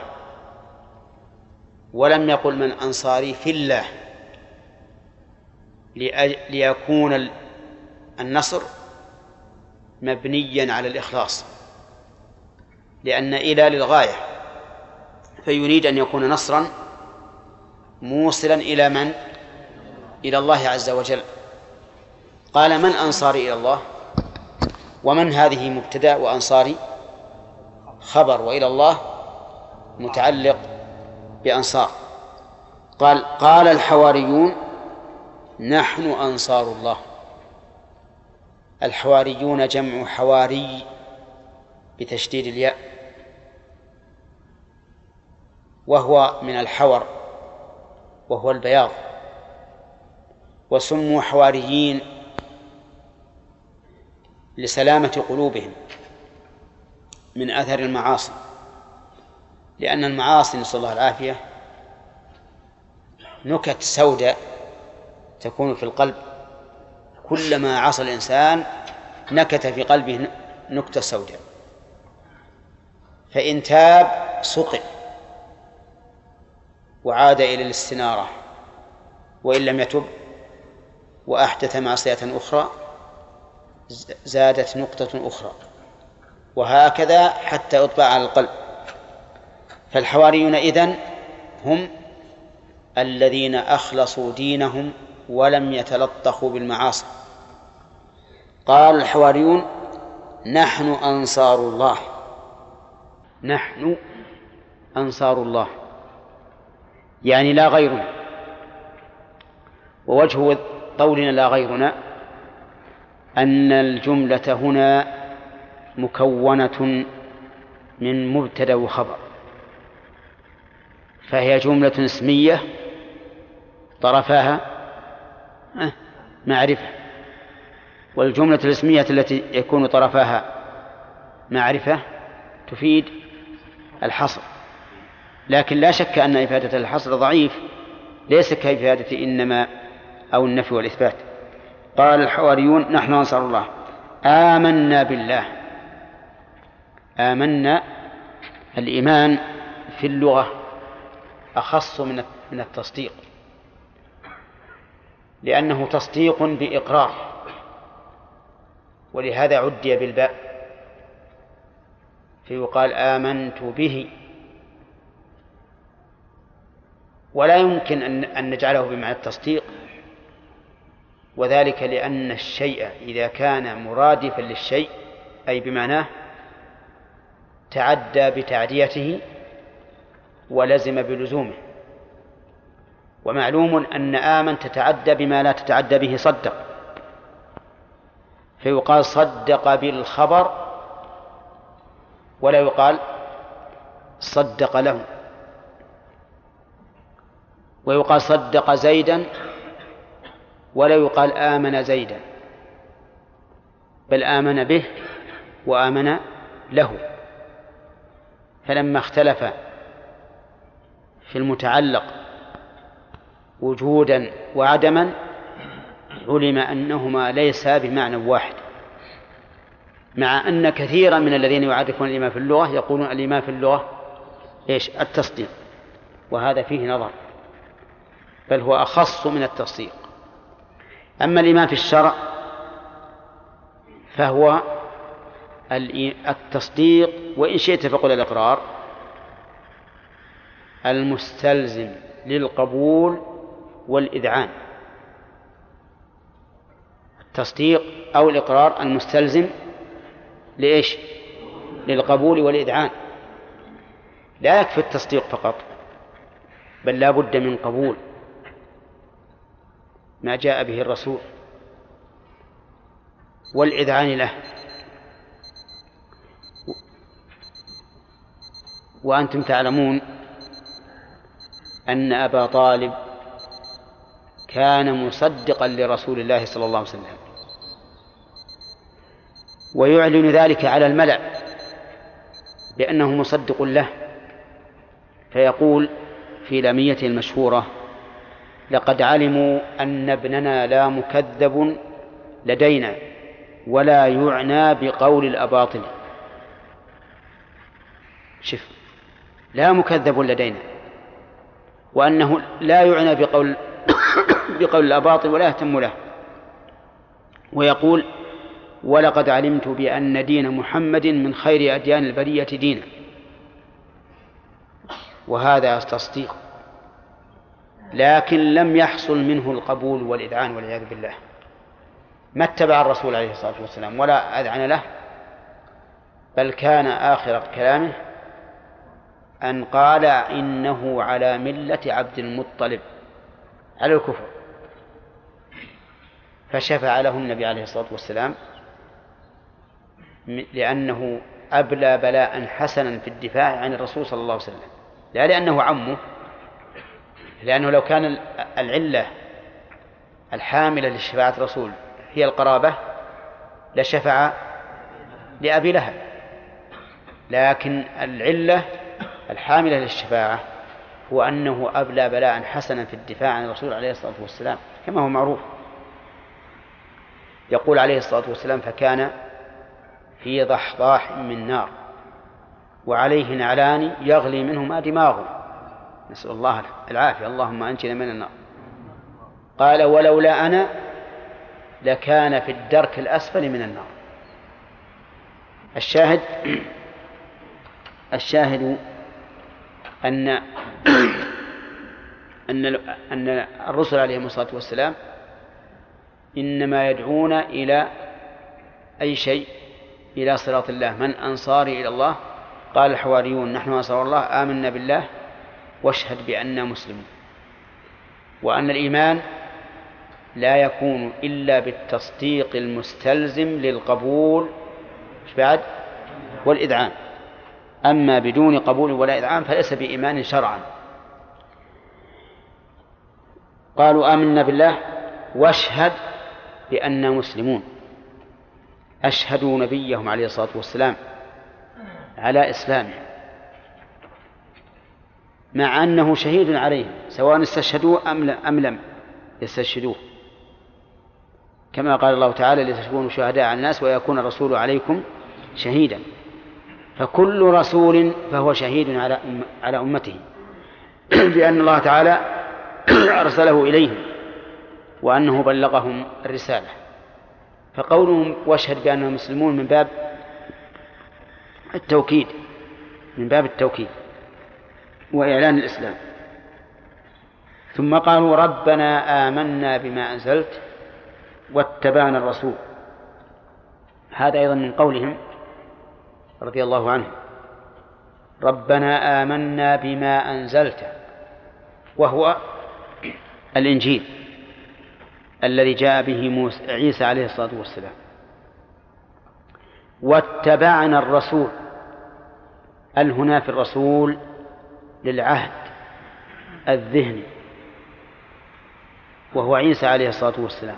[SPEAKER 1] ولم يقل من أنصاري في الله، ليكون النصر مبنيا على الإخلاص، لأن إلى للغاية، فيريد أن يكون نصرا موصلا إلى من؟ إلى الله عز وجل. قال من أنصاري إلى الله، ومن هذه مبتدأ وأنصاري خبر، وإلى الله متعلق بأنصار. قال قال الحواريون نحن أنصار الله. الحواريون جمع حواري بتشديد الياء، وهو من الحور وهو البياض، وسموا حواريين لسلامة قلوبهم من أثر المعاصي، لأن المعاصي نسأل الله العافية نكت سوداء تكون في القلب، كلما عصى الإنسان نكت في قلبه نكتة سوداء، فإن تاب سقط وعاد إلى الاستنارة، وإن لم يتب وأحدث معصية أخرى زادت نقطة أخرى، وهكذا حتى يطبع على القلب. فالحواريون إذن هم الذين أخلصوا دينهم ولم يتلطخوا بالمعاصي. قال الحواريون: نحن أنصار الله، نحن أنصار الله، يعني لا غيرنا. ووجه قولنا لا غيرنا أن الجملة هنا مكونة من مبتدأ وخبر، فهي جملة اسمية طرفاها معرفة، والجملة الاسمية التي يكون طرفاها معرفة تفيد الحصر، لكن لا شك أن إفادة الحصر ضعيف، ليس كإفادة إنما أو النفي والإثبات. قال الحواريون: نحن أنصار الله، آمنا بالله. آمنا، الإيمان في اللغة أخص من التصديق، لأنه تصديق بإقرار، ولهذا عدي بالباء، فيقال آمنت به، ولا يمكن أن نجعله بمعنى التصديق، وذلك لأن الشيء إذا كان مرادفا للشيء أي بمعناه تعدى بتعديته ولزم بلزومه، ومعلوم أن آمن تتعدى بما لا تتعدى به صدق، فيقال صدق بالخبر ولا يقال صدق له، ويقال صدق زيدا ولا يقال آمن زيدا، بل آمن به وآمن له. فلما اختلف في المتعلق وجودا وعدما علم أنهما ليسا بمعنى واحد، مع أن كثيرا من الذين يعرفون الإيمان في اللغة يقولون الإيمان في اللغة إيش؟ التصديق، وهذا فيه نظر، بل هو أخص من التصديق. أما الإيمان في الشرع فهو التصديق، وإن شئت فقل الإقرار، المستلزم للقبول والإذعان. التصديق أو الإقرار المستلزم لإيش؟ للقبول والإذعان. لا يكفي التصديق فقط، بل لا بد من قبول ما جاء به الرسول والإذعان له. وأنتم تعلمون أن أبا طالب كان مصدقا لرسول الله صلى الله عليه وسلم، ويعلن ذلك على الملأ بأنه مصدق له، فيقول في لاميته المشهورة: لقد علموا أن ابننا لا مكذب لدينا ولا يعنى بقول الأباطل. شف، لا مكذب لدينا، وأنه لا يعنى بقول بقول الأباطل ولا يهتم له. ويقول: ولقد علمت بأن دين محمد من خير أديان البرية دينا. وهذا تصديق، لكن لم يحصل منه القبول والإذعان والعياذ بالله، ما اتبع الرسول عليه الصلاة والسلام ولا أذعن له، بل كان آخر كلامه أن قال إنه على ملة عبد المطلب، على الكفر، فشفع له النبي عليه الصلاة والسلام، لأنه أبلى بلاء حسنا في الدفاع عن الرسول صلى الله عليه وسلم. لا لأنه عمه، لأنه لو كان العلة الحاملة لشفاعة الرسول هي القرابة لشفع لأبي لهب، لكن العلة الحاملة للشفاعة هو أنه أبلى بلاء حسنا في الدفاع عن الرسول عليه الصلاة والسلام كما هو معروف. يقول عليه الصلاة والسلام: فكان في ضحضاح من نار وعليه نعلان يغلي منهما دماغه، نسأل الله العافية، اللهم أنجنا من النار. قال: ولولا أنا لكان في الدرك الأسفل من النار. الشاهد الشاهد أن أن أن الرسل عليهم الصلاة والسلام إنما يدعون إلى أي شيء؟ إلى صراط الله. من أنصاري إلى الله؟ قال الحواريون: نحن أنصار الله، آمنا بالله واشهد بأننا مسلمون. وأن الإيمان لا يكون إلا بالتصديق المستلزم للقبول بعد والإذعان، أما بدون قبول ولا إذعان فليس بإيمان شرعا. قالوا: آمنا بالله واشهد بأننا مسلمون. أشهدوا نبيهم عليه الصلاة والسلام على إسلامه مع أنه شهيد عليهم سواء استشهدوه أم لم يستشهدوه، كما قال الله تعالى: لتكونوا شهداء على الناس ويكون الرسول عليكم شهيدا. فكل رسول فهو شهيد على على أمته بأن الله تعالى أرسله إليهم وأنه بلغهم الرسالة. فقولهم واشهد بأنهم مسلمون من باب التوكيد من باب التوكيد وإعلان الإسلام. ثم قالوا: ربنا آمنا بما أنزلت واتبعنا الرسول. هذا أيضا من قولهم رضي الله عنه: ربنا آمنا بما أنزلت، وهو الإنجيل الذي جاء به عيسى عليه الصلاة والسلام. واتبعنا الرسول، الهنا في الرسول للعهد الذهني وهو عيسى عليه الصلاة والسلام،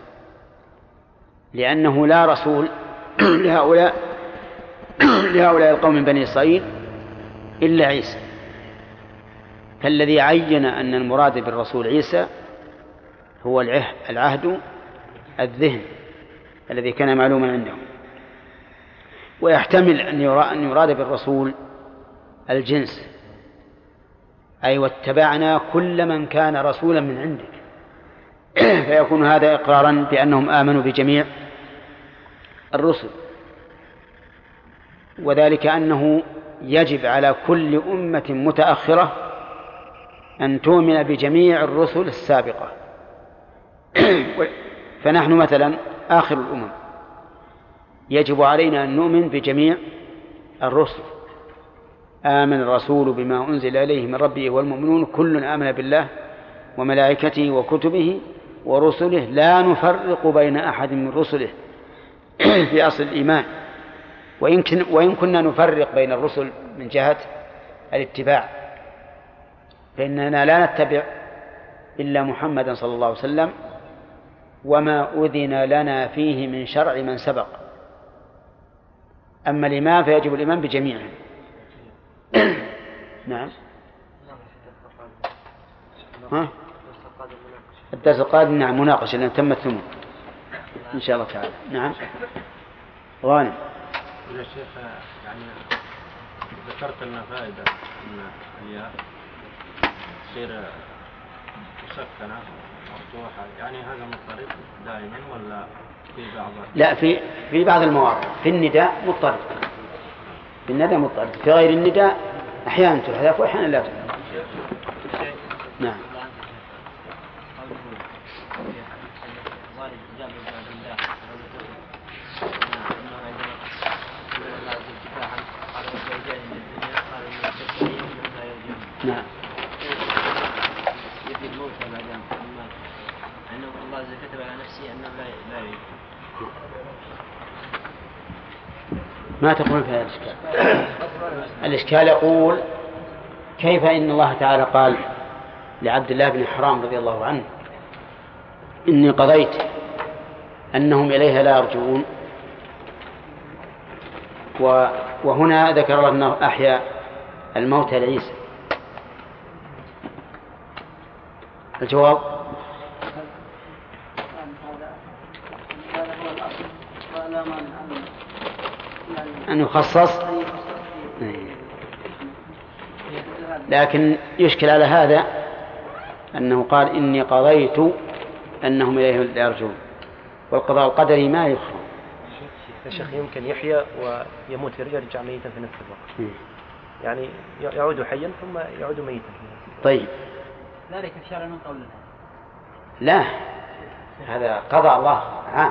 [SPEAKER 1] لأنه لا رسول لهؤلاء لهؤلاء القوم من بني إسرائيل إلا عيسى. فالذي عين أن المراد بالرسول عيسى هو العهد الذهني الذي كان معلوما عندهم. ويحتمل أن يراد بالرسول الجنس، أي واتبعنا كل من كان رسولا من عندك، فيكون هذا إقرارا بأنهم آمنوا بجميع الرسل. وذلك أنه يجب على كل أمة متأخرة أن تؤمن بجميع الرسل السابقة. فنحن مثلا آخر الأمم يجب علينا أن نؤمن بجميع الرسل. آمن الرسول بما أنزل إليه من ربه والمؤمنون كل آمن بالله وملائكته وكتبه ورسله لا نفرق بين أحد من رسله في أصل الإيمان، وإن, وإن كنا نفرق بين الرسل من جهة الاتباع، فإننا لا نتبع إلا محمدا صلى الله عليه وسلم وما أذن لنا فيه من شرع من سبق. أما الإيمان فيجب الإيمان بجميعهم. نعم. ها؟ الدرس القادم نعم مناقشة لأن تمت ثم إن شاء الله تعالى. نعم غانم.
[SPEAKER 2] يا شيخ يعني ذكرت لنا فائدة أن الياء تصير مسكنة مفتوحة، يعني هذا مضطرب دائما ولا في بعض؟
[SPEAKER 1] لا، في في بعض المواضع. في النداء مضطرب، في النداء مضطرب، في غير النداء أحيانا تحذف وأحيانا لا تحذف. نعم. نعم.
[SPEAKER 3] يبي الموت بعد المات، أنه الله إذا كتب على نفسه أنه لا لا يجوز.
[SPEAKER 1] ما تقول في هذا الإشكال. الإشكال يقول كيف إن الله تعالى قال لعبد الله بن حرام رضي الله عنه إني قضيت أنهم إليها لا يرجعون، وهنا ذكر الله أنه أحيا الموتى لعيسى. الجواب أن يخصص، لكن يشكل على هذا أنه قال إني قضيت أنهم إليه لا يرجعون، والقضاء القدري ما يخفى.
[SPEAKER 6] الشيخ يمكن يحيى ويموت يرجع ميتا في نفس الوقت، يعني يعود حيا ثم يعود ميتا.
[SPEAKER 1] طيب
[SPEAKER 3] ذلك الشرع من قولنا
[SPEAKER 1] لا، هذا قضاء الله عام.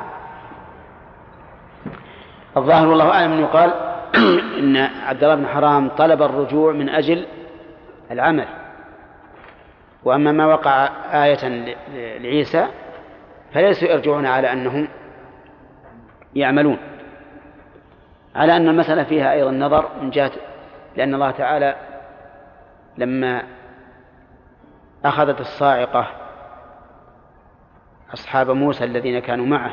[SPEAKER 1] الظاهر والله أعلم أنه قال إن عبد الله بن حرام طلب الرجوع من أجل العمل، وأما ما وقع آية لعيسى فليسوا يرجعون على أنهم يعملون، على أن المسألة فيها أيضا نظر من جهة، لأن الله تعالى لما أخذت الصاعقة أصحاب موسى الذين كانوا معه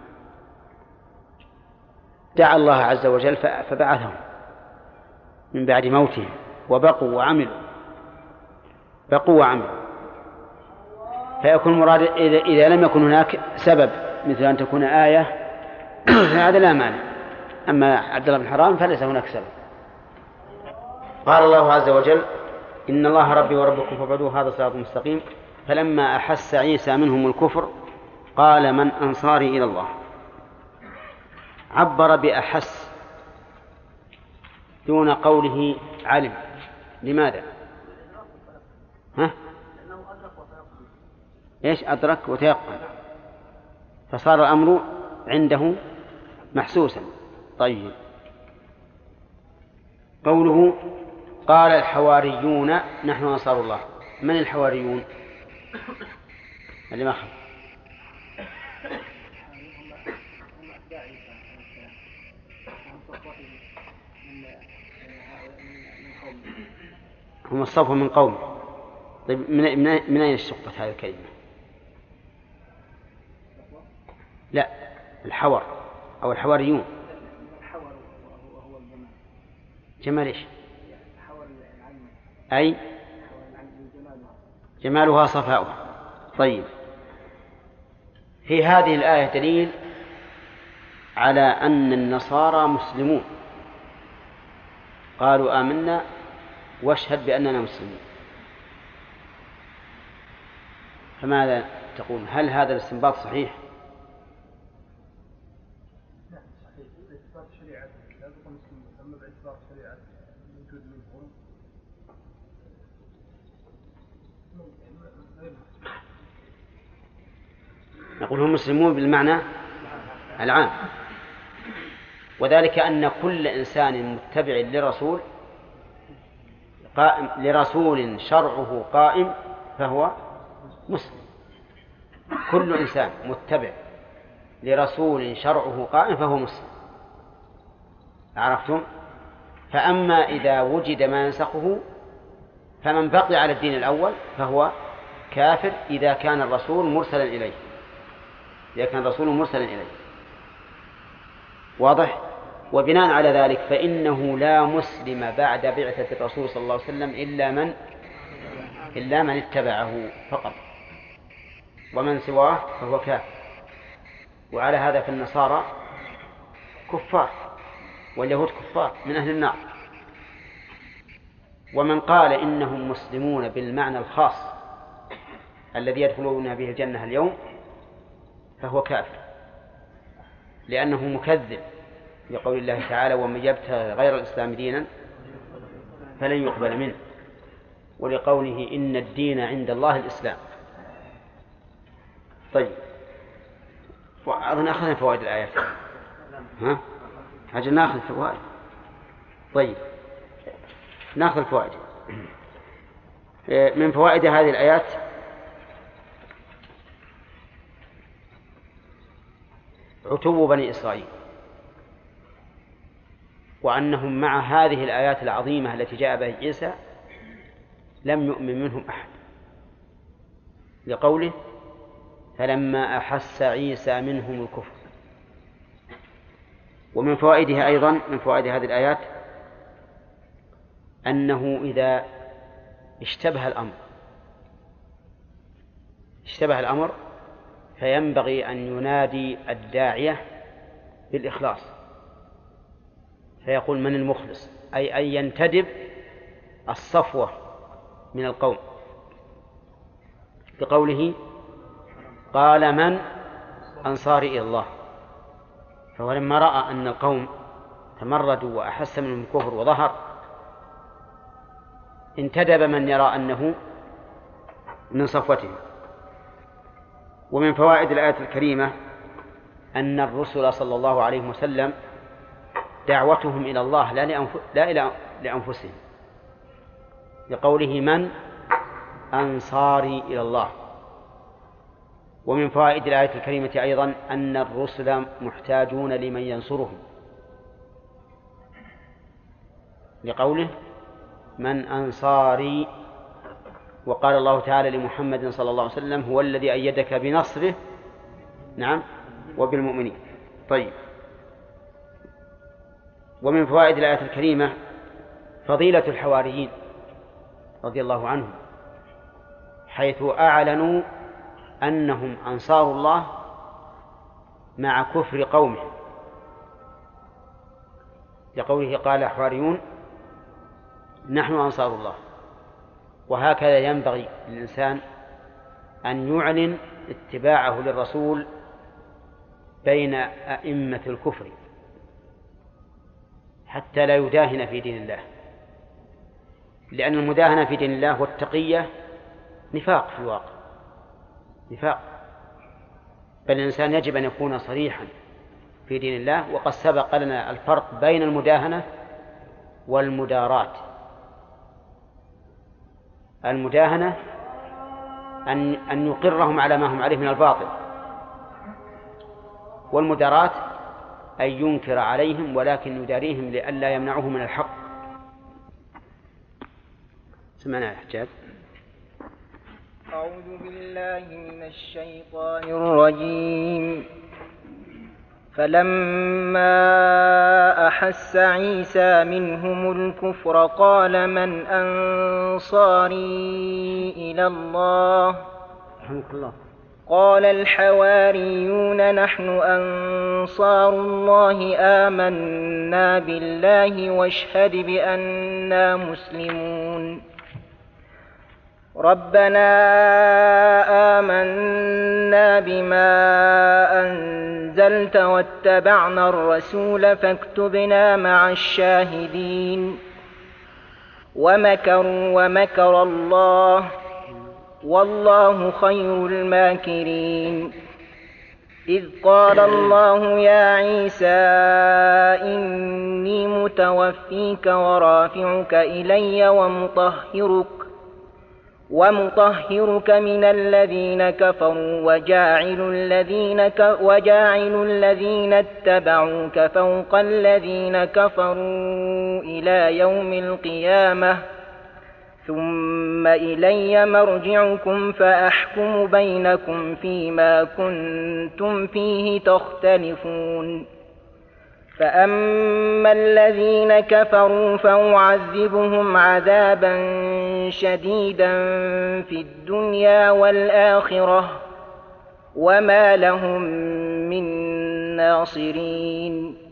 [SPEAKER 1] دعا الله عز وجل فبعثهم من بعد موتهم وبقوا وعملوا بقوا وعملوا، فيكون مراد إذا لم يكن هناك سبب مثل أن تكون آية فهذا لا مانع. أما عبد الله بن حرام فليس هناك سبب. قال الله عز وجل إن الله ربي وربكم فاعبدوه هذا صراط مستقيم. فلما أحس عيسى منهم الكفر قال من أنصاري إلى الله. عبر بأحس دون قوله علم. لماذا؟ ها؟ إيش أدرك وتيقن، فصار الأمر عنده محسوسا. طيب، قوله قال الحواريون نحن أنصار الله. من الحواريون؟ اللي ما خف. هم الصفوة من قوم. طيب، من من أين اشتقت هذه الكلمة؟ لا، الحور أو الحواريون. جمال إيش؟ أي جمالها صفاؤها. طيب، في هذه الآية دليل على أن النصارى مسلمون، قالوا آمنا واشهد بأننا مسلمون. فماذا تقول؟ هل هذا الاستنباط صحيح؟ نقول هم مسلمون بالمعنى العام، وذلك أن كل إنسان متبع لرسول قائم لرسول شرعه قائم فهو مسلم. كل إنسان متبع لرسول شرعه قائم فهو مسلم. عرفتم؟ فأما إذا وجد ما ينسخه فمن بقي على الدين الأول فهو كافر إذا كان الرسول مرسلا إليه إذا كان الرسول مرسلا إليه. واضح؟ وبناء على ذلك فإنه لا مسلم بعد بعثة الرسول صلى الله عليه وسلم إلا من إلا من اتبعه فقط، ومن سواه فهو كافر. وعلى هذا فالنصارى كفار واليهود كفار من أهل النار. ومن قال إنهم مسلمون بالمعنى الخاص الذي يدخلون به الجنة اليوم فهو كافر، لأنه مكذب لقول الله تعالى ومن يبتغي غير الإسلام دينا فلن يقبل منه، ولقوله إن الدين عند الله الإسلام. طيب، وأظن أخذنا فوائد الآيات. ها؟ أجل نأخذ فوائد. طيب، نأخذ الفوائد. من فوائد هذه الآيات عتو بني إسرائيل، وأنهم مع هذه الآيات العظيمة التي جاء بها عيسى لم يؤمن منهم أحد، لقوله فلما أحس عيسى منهم الكفر. ومن فوائدها أيضا من فوائد هذه الآيات أنه إذا اشتبه الأمر اشتبه الأمر فينبغي أن ينادي الداعية بالإخلاص، فيقول من المخلص، أي أن ينتدب الصفوة من القوم، بقوله قال من أنصاري إلى الله. فهو لما رأى أن القوم تمردوا وأحس منهم الكفر وظهر، انتدب من يرى أنه من صفوتهم. ومن فوائد الآية الكريمة أن الرسل صلى الله عليه وسلم دعوتهم إلى الله لا, لأنف... لا إلى لأنفسهم، لقوله من أنصاري إلى الله. ومن فوائد الآية الكريمة أيضا أن الرسل محتاجون لمن ينصرهم، لقوله من أنصاري. وقال الله تعالى لمحمد صلى الله عليه وسلم هو الذي أيدك بنصره نعم وبالمؤمنين. طيب. ومن فوائد الآية الكريمة فضيلة الحواريين رضي الله عنهم، حيث أعلنوا أنهم أنصار الله مع كفر قومهم، لقوله قال الحواريون نحن أنصار الله. وهكذا ينبغي للإنسان أن يعلن اتباعه للرسول بين أئمة الكفر حتى لا يداهن في دين الله، لأن المداهنة في دين الله والتقية نفاق في الواقع، نفاق. بل الإنسان يجب أن يكون صريحا في دين الله. وقد سبق لنا الفرق بين المداهنة والمداراة. المداهنة أن أن يقرهم على ما هم عليه من الباطل، والمداراة أن ينكر عليهم ولكن يداريهم لئلا يمنعه من الحق. سمعنا الحجاج.
[SPEAKER 5] أعوذ بالله من الشيطان الرجيم. فلما أحس عيسى منهم الكفر قال من أنصاري إلى الله قال الحواريون نحن أنصار الله آمنا بالله واشهد بأننا مسلمون. ربنا آمنا بما أنزلت واتبعنا الرسول فاكتبنا مع الشاهدين. ومكروا ومكر الله والله خير الماكرين. إذ قال الله يا عيسى إني متوفيك ورافعك إلي ومطهرك ومطهرك من الذين كفروا وجاعل الذين, ك وجاعل الذين اتبعوك فوق الذين كفروا إلى يوم القيامة ثم إلي مرجعكم فأحكم بينكم فيما كنتم فيه تختلفون. فأما الذين كفروا فأعذبهم عذابا شديدا في الدنيا والآخرة وما لهم من ناصرين.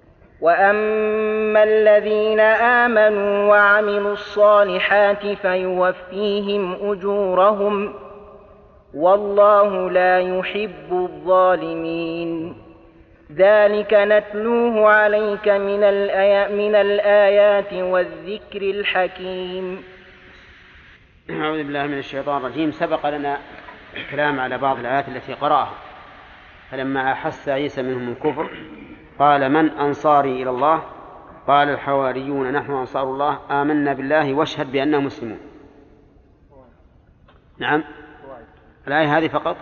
[SPEAKER 5] وأما الذين آمنوا وعملوا الصالحات فيوفيهم أجورهم والله لا يحب الظالمين. ذلك نتلوه عليك من الآيات, من الآيات والذكر الحكيم.
[SPEAKER 1] أعوذ بالله من الشيطان الرجيم. سبق لنا الكلام على بعض الآيات التي قرأها. فلما أحس عيسى منهم الكفر قال من أنصاري إلى الله قال الحواريون نحن أنصار الله آمنا بالله واشهد بأننا مسلمون. نعم الآية هذه فقط.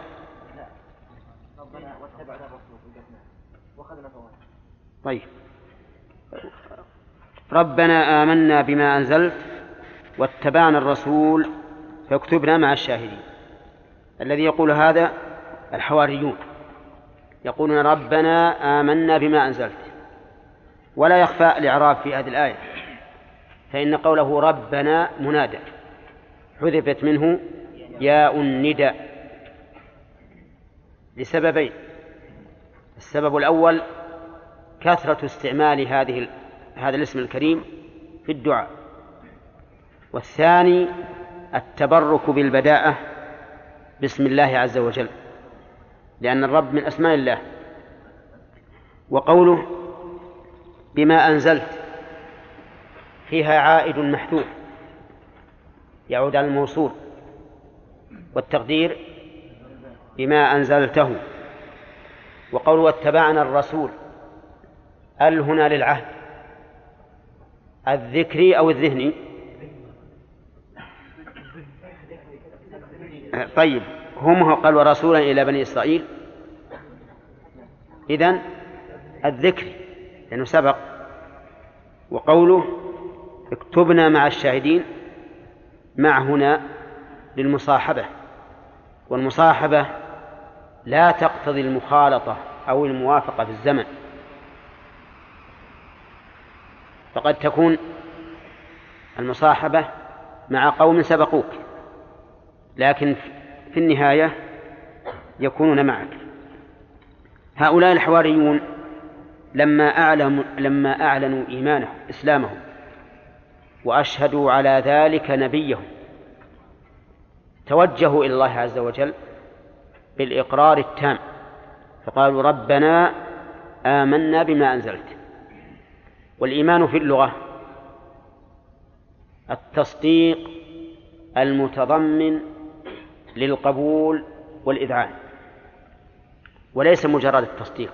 [SPEAKER 1] طيب. ربنا آمنا بما أنزلت واتبعنا الرسول فاكتبنا مع الشاهدين. الذي يقول هذا الحواريون يقولون ربنا آمنا بما أنزلت، ولا يخفى الإعراب في هذه الآية، فإن قوله ربنا منادى حذفت منه ياء النداء لسببين: السبب الأول كثرة استعمال هذه هذا الاسم الكريم في الدعاء، والثاني التبرك بالبداءة باسم الله عز وجل، لأن الرب من أسماء الله. وقوله بما أنزلت فيها عائد محذوف يعود على الموصول، والتقدير بما أنزلته. وقوله واتبعنا الرسول ال هنا للعهد الذكري أو الذهني؟ طيب، هم قالوا رسولا إلى بني إسرائيل، إذن الذكري لأنه سبق. وقوله اكتبنا مع الشاهدين، مع هنا للمصاحبة، والمصاحبة لا تقتضي المخالطة أو الموافقة في الزمن، فقد تكون المصاحبة مع قوم سبقوك لكن في النهاية يكونون معك. هؤلاء الحواريون لما أعلنوا, لما أعلنوا إيمانهم إسلامهم وأشهدوا على ذلك نبيهم توجهوا إلى الله عز وجل بالإقرار التام، فقالوا ربنا آمنا بما أنزلت. والإيمان في اللغة التصديق المتضمن للقبول والإذعان، وليس مجرد التصديق،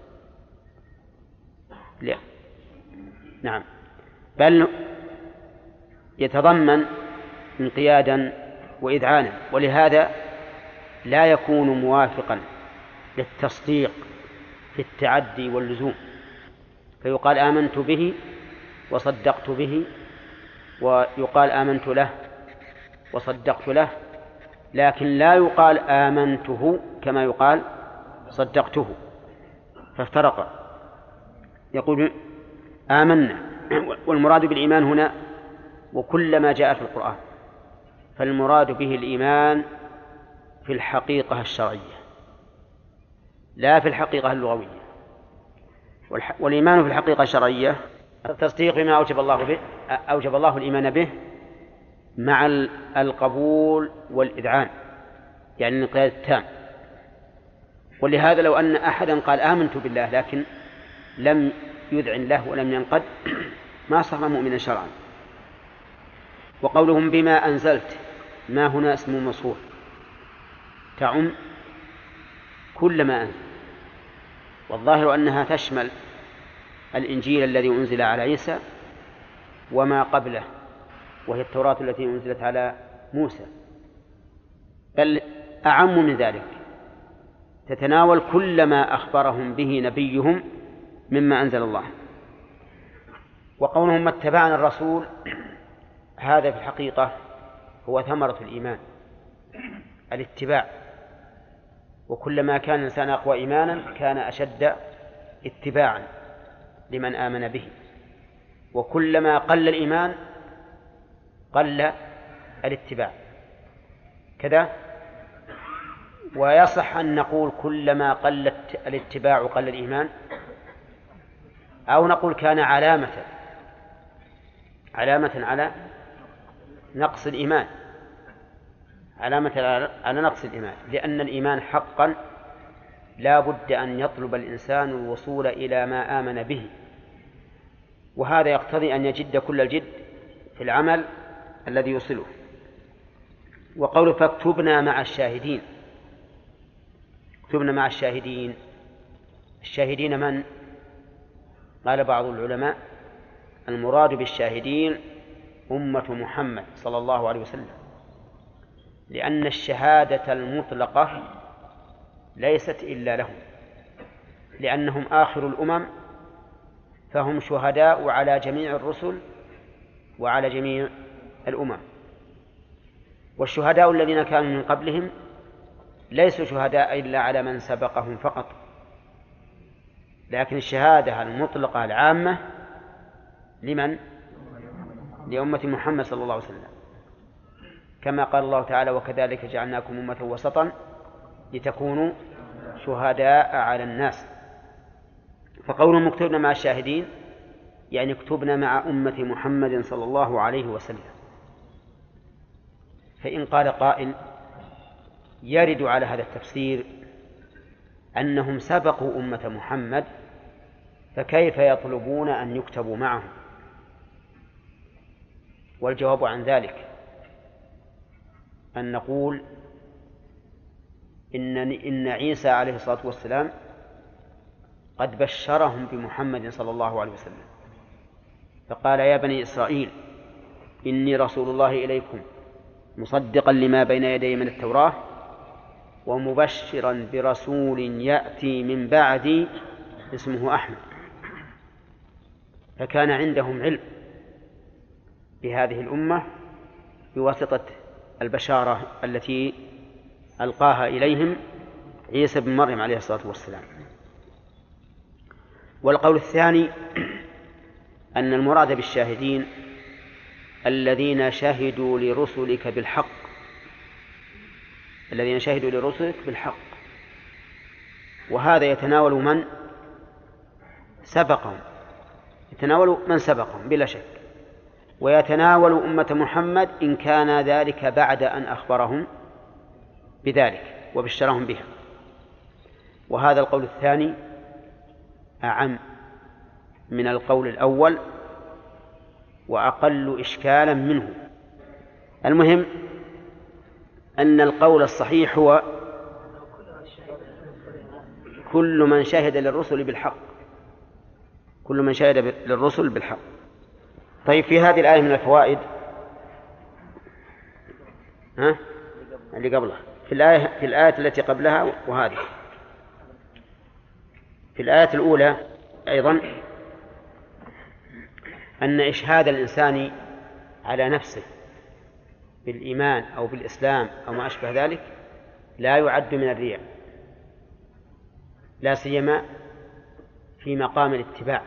[SPEAKER 1] لا، نعم، بل يتضمن انقيادا وإذعانا، ولهذا لا يكون موافقا للتصديق في التعدي واللزوم، فيقال آمنت به وصدقت به، ويقال آمنت له وصدقت له، لكن لا يقال آمنته كما يقال صدقته، فافترق. يقول آمنا، والمراد بالإيمان هنا وكل ما جاء في القرآن، فالمراد به الإيمان في الحقيقة الشرعية لا في الحقيقة اللغوية. والإيمان في الحقيقة الشرعية التصديق بما أوجب الله به أوجب الله الإيمان به مع القبول والإذعان، يعني الانقياد التام. ولهذا لو أن أحدا قال آمنت بالله لكن لم يذعن له ولم ينقد ما صار مؤمنا شرعا. وقولهم بما أنزلت، ما هنا اسم موصول تعم كل ما أنزل، والظاهر أنها تشمل الإنجيل الذي أنزل على عيسى وما قبله، وهي التوراة التي أنزلت على موسى، بل أعم من ذلك، تتناول كل ما أخبرهم به نبيهم مما أنزل الله. وقولهم اتبعنا الرسول، هذا في الحقيقة هو ثمرة الإيمان، الاتباع، وكلما كان الإنسان أقوى إيمانا كان أشد اتباعا لمن آمن به، وكلما قل الإيمان قل الاتباع كذا. ويصح أن نقول كلما قل الاتباع قل الإيمان، أو نقول كان علامة علامة على نقص الإيمان، علامة على نقص الإيمان، لأن الإيمان حقا لا بد أن يطلب الإنسان الوصول إلى ما آمن به، وهذا يقتضي أن يجد كل الجد في العمل الذي يوصله. وقوله فاكتبنا مع الشاهدين، اكتبنا مع الشاهدين، الشاهدين من؟ قال بعض العلماء المراد بالشاهدين أمة محمد صلى الله عليه وسلم، لأن الشهادة المطلقة ليست إلا لهم، لأنهم آخر الأمم، فهم شهداء على جميع الرسل وعلى جميع الأمم. والشهداء الذين كانوا من قبلهم ليسوا شهداء إلا على من سبقهم فقط، لكن الشهادة المطلقة العامة لمن؟ لأمة محمد صلى الله عليه وسلم، كما قال الله تعالى: وكذلك جعلناكم أمة وسطا لتكونوا شهداء على الناس. فقولهم اكتبنا مع الشاهدين يعني اكتبنا مع أمة محمد صلى الله عليه وسلم. فإن قال قائل يرد على هذا التفسير أنهم سبقوا أمة محمد، فكيف يطلبون أن يكتبوا معهم؟ والجواب عن ذلك أن نقول إن إن عيسى عليه الصلاة والسلام قد بشرهم بمحمد صلى الله عليه وسلم، فقال: يا بني إسرائيل إني رسول الله إليكم مصدقا لما بين يدي من التوراة ومبشرا برسول يأتي من بعدي اسمه أحمد. فكان عندهم علم بهذه الأمة بواسطة البشارة التي ألقاها إليهم عيسى بن مريم عليه الصلاة والسلام. والقول الثاني أن المراد بالشاهدين الذين شهدوا لرسلك بالحق، الذين شهدوا لرسلك بالحق، وهذا يتناول من سبقهم، يتناول من سبقهم بلا شك، ويتناول أمة محمد إن كان ذلك بعد أن أخبرهم بذلك وبشرهم بها. وهذا القول الثاني أعم من القول الأول وأقل إشكالا منه. المهم أن القول الصحيح هو كل من شهد للرسل بالحق، كل من شهد للرسل بالحق. طيب، في هذه الآية من الفوائد ها اللي قبلها، في الآية في الآية التي قبلها وهذه، في الآية الأولى أيضا أن إشهاد الإنسان على نفسه بالإيمان أو بالإسلام أو ما أشبه ذلك لا يعد من الرياء، لا سيما في مقام الاتباع،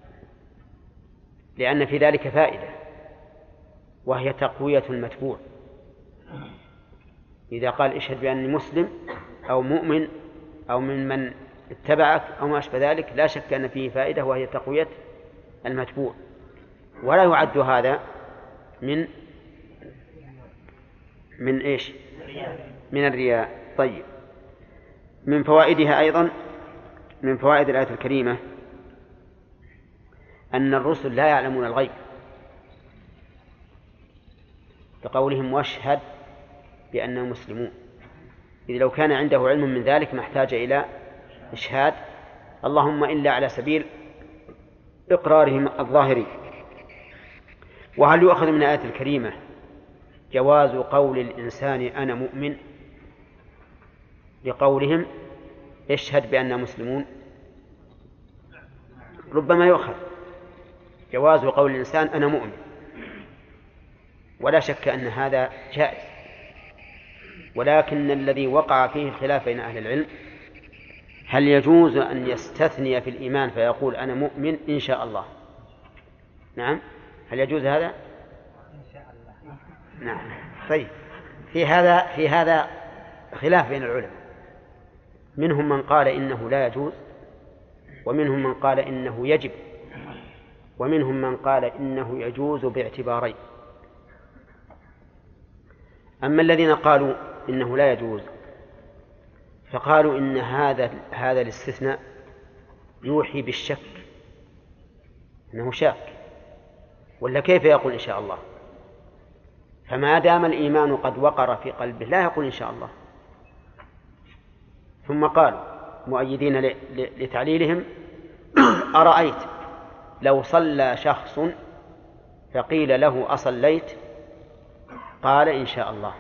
[SPEAKER 1] لأن في ذلك فائدة وهي تقوية المتبوع. إذا قال اشهد بأني مسلم أو مؤمن أو من من اتبعك أو ما أشبه ذلك، لا شك أن فيه فائدة وهي تقوية المتبوع، ولا يعد هذا من من إيش؟ من الرياء. طيب، من فوائدها أيضا، من فوائد الآية الكريمة أن الرسل لا يعلمون الغيب، كقولهم واشهد بأنهم مسلمون، إذ لو كان عنده علم من ذلك ما احتاج إلى إشهاد، اللهم إلا على سبيل إقرارهم الظاهري. وهل يؤخذ من الآية الكريمة جواز قول الإنسان أنا مؤمن لقولهم اشهد بأننا مسلمون؟ ربما يؤخذ جواز قول الإنسان أنا مؤمن، ولا شك أن هذا جائز، ولكن الذي وقع فيه الخلاف بين أهل العلم هل يجوز أن يستثني في الإيمان فيقول أنا مؤمن إن شاء الله؟ نعم، هل يجوز هذا؟ إن شاء الله. نعم. طيب، في هذا في هذا خلاف بين العلماء، منهم من قال إنه لا يجوز، ومنهم من قال إنه يجب، ومنهم من قال إنه يجوز باعتبارين. أما الذين قالوا إنه لا يجوز فقالوا إن هذا هذا الاستثناء يوحي بالشك، إنه شاك، ولا كيف يقول إن شاء الله؟ فما دام الإيمان قد وقر في قلبه لا يقول إن شاء الله. ثم قالوا مؤيدين لتعليلهم أرأيت لو صلى شخص فقيل له أصليت قال إن شاء الله،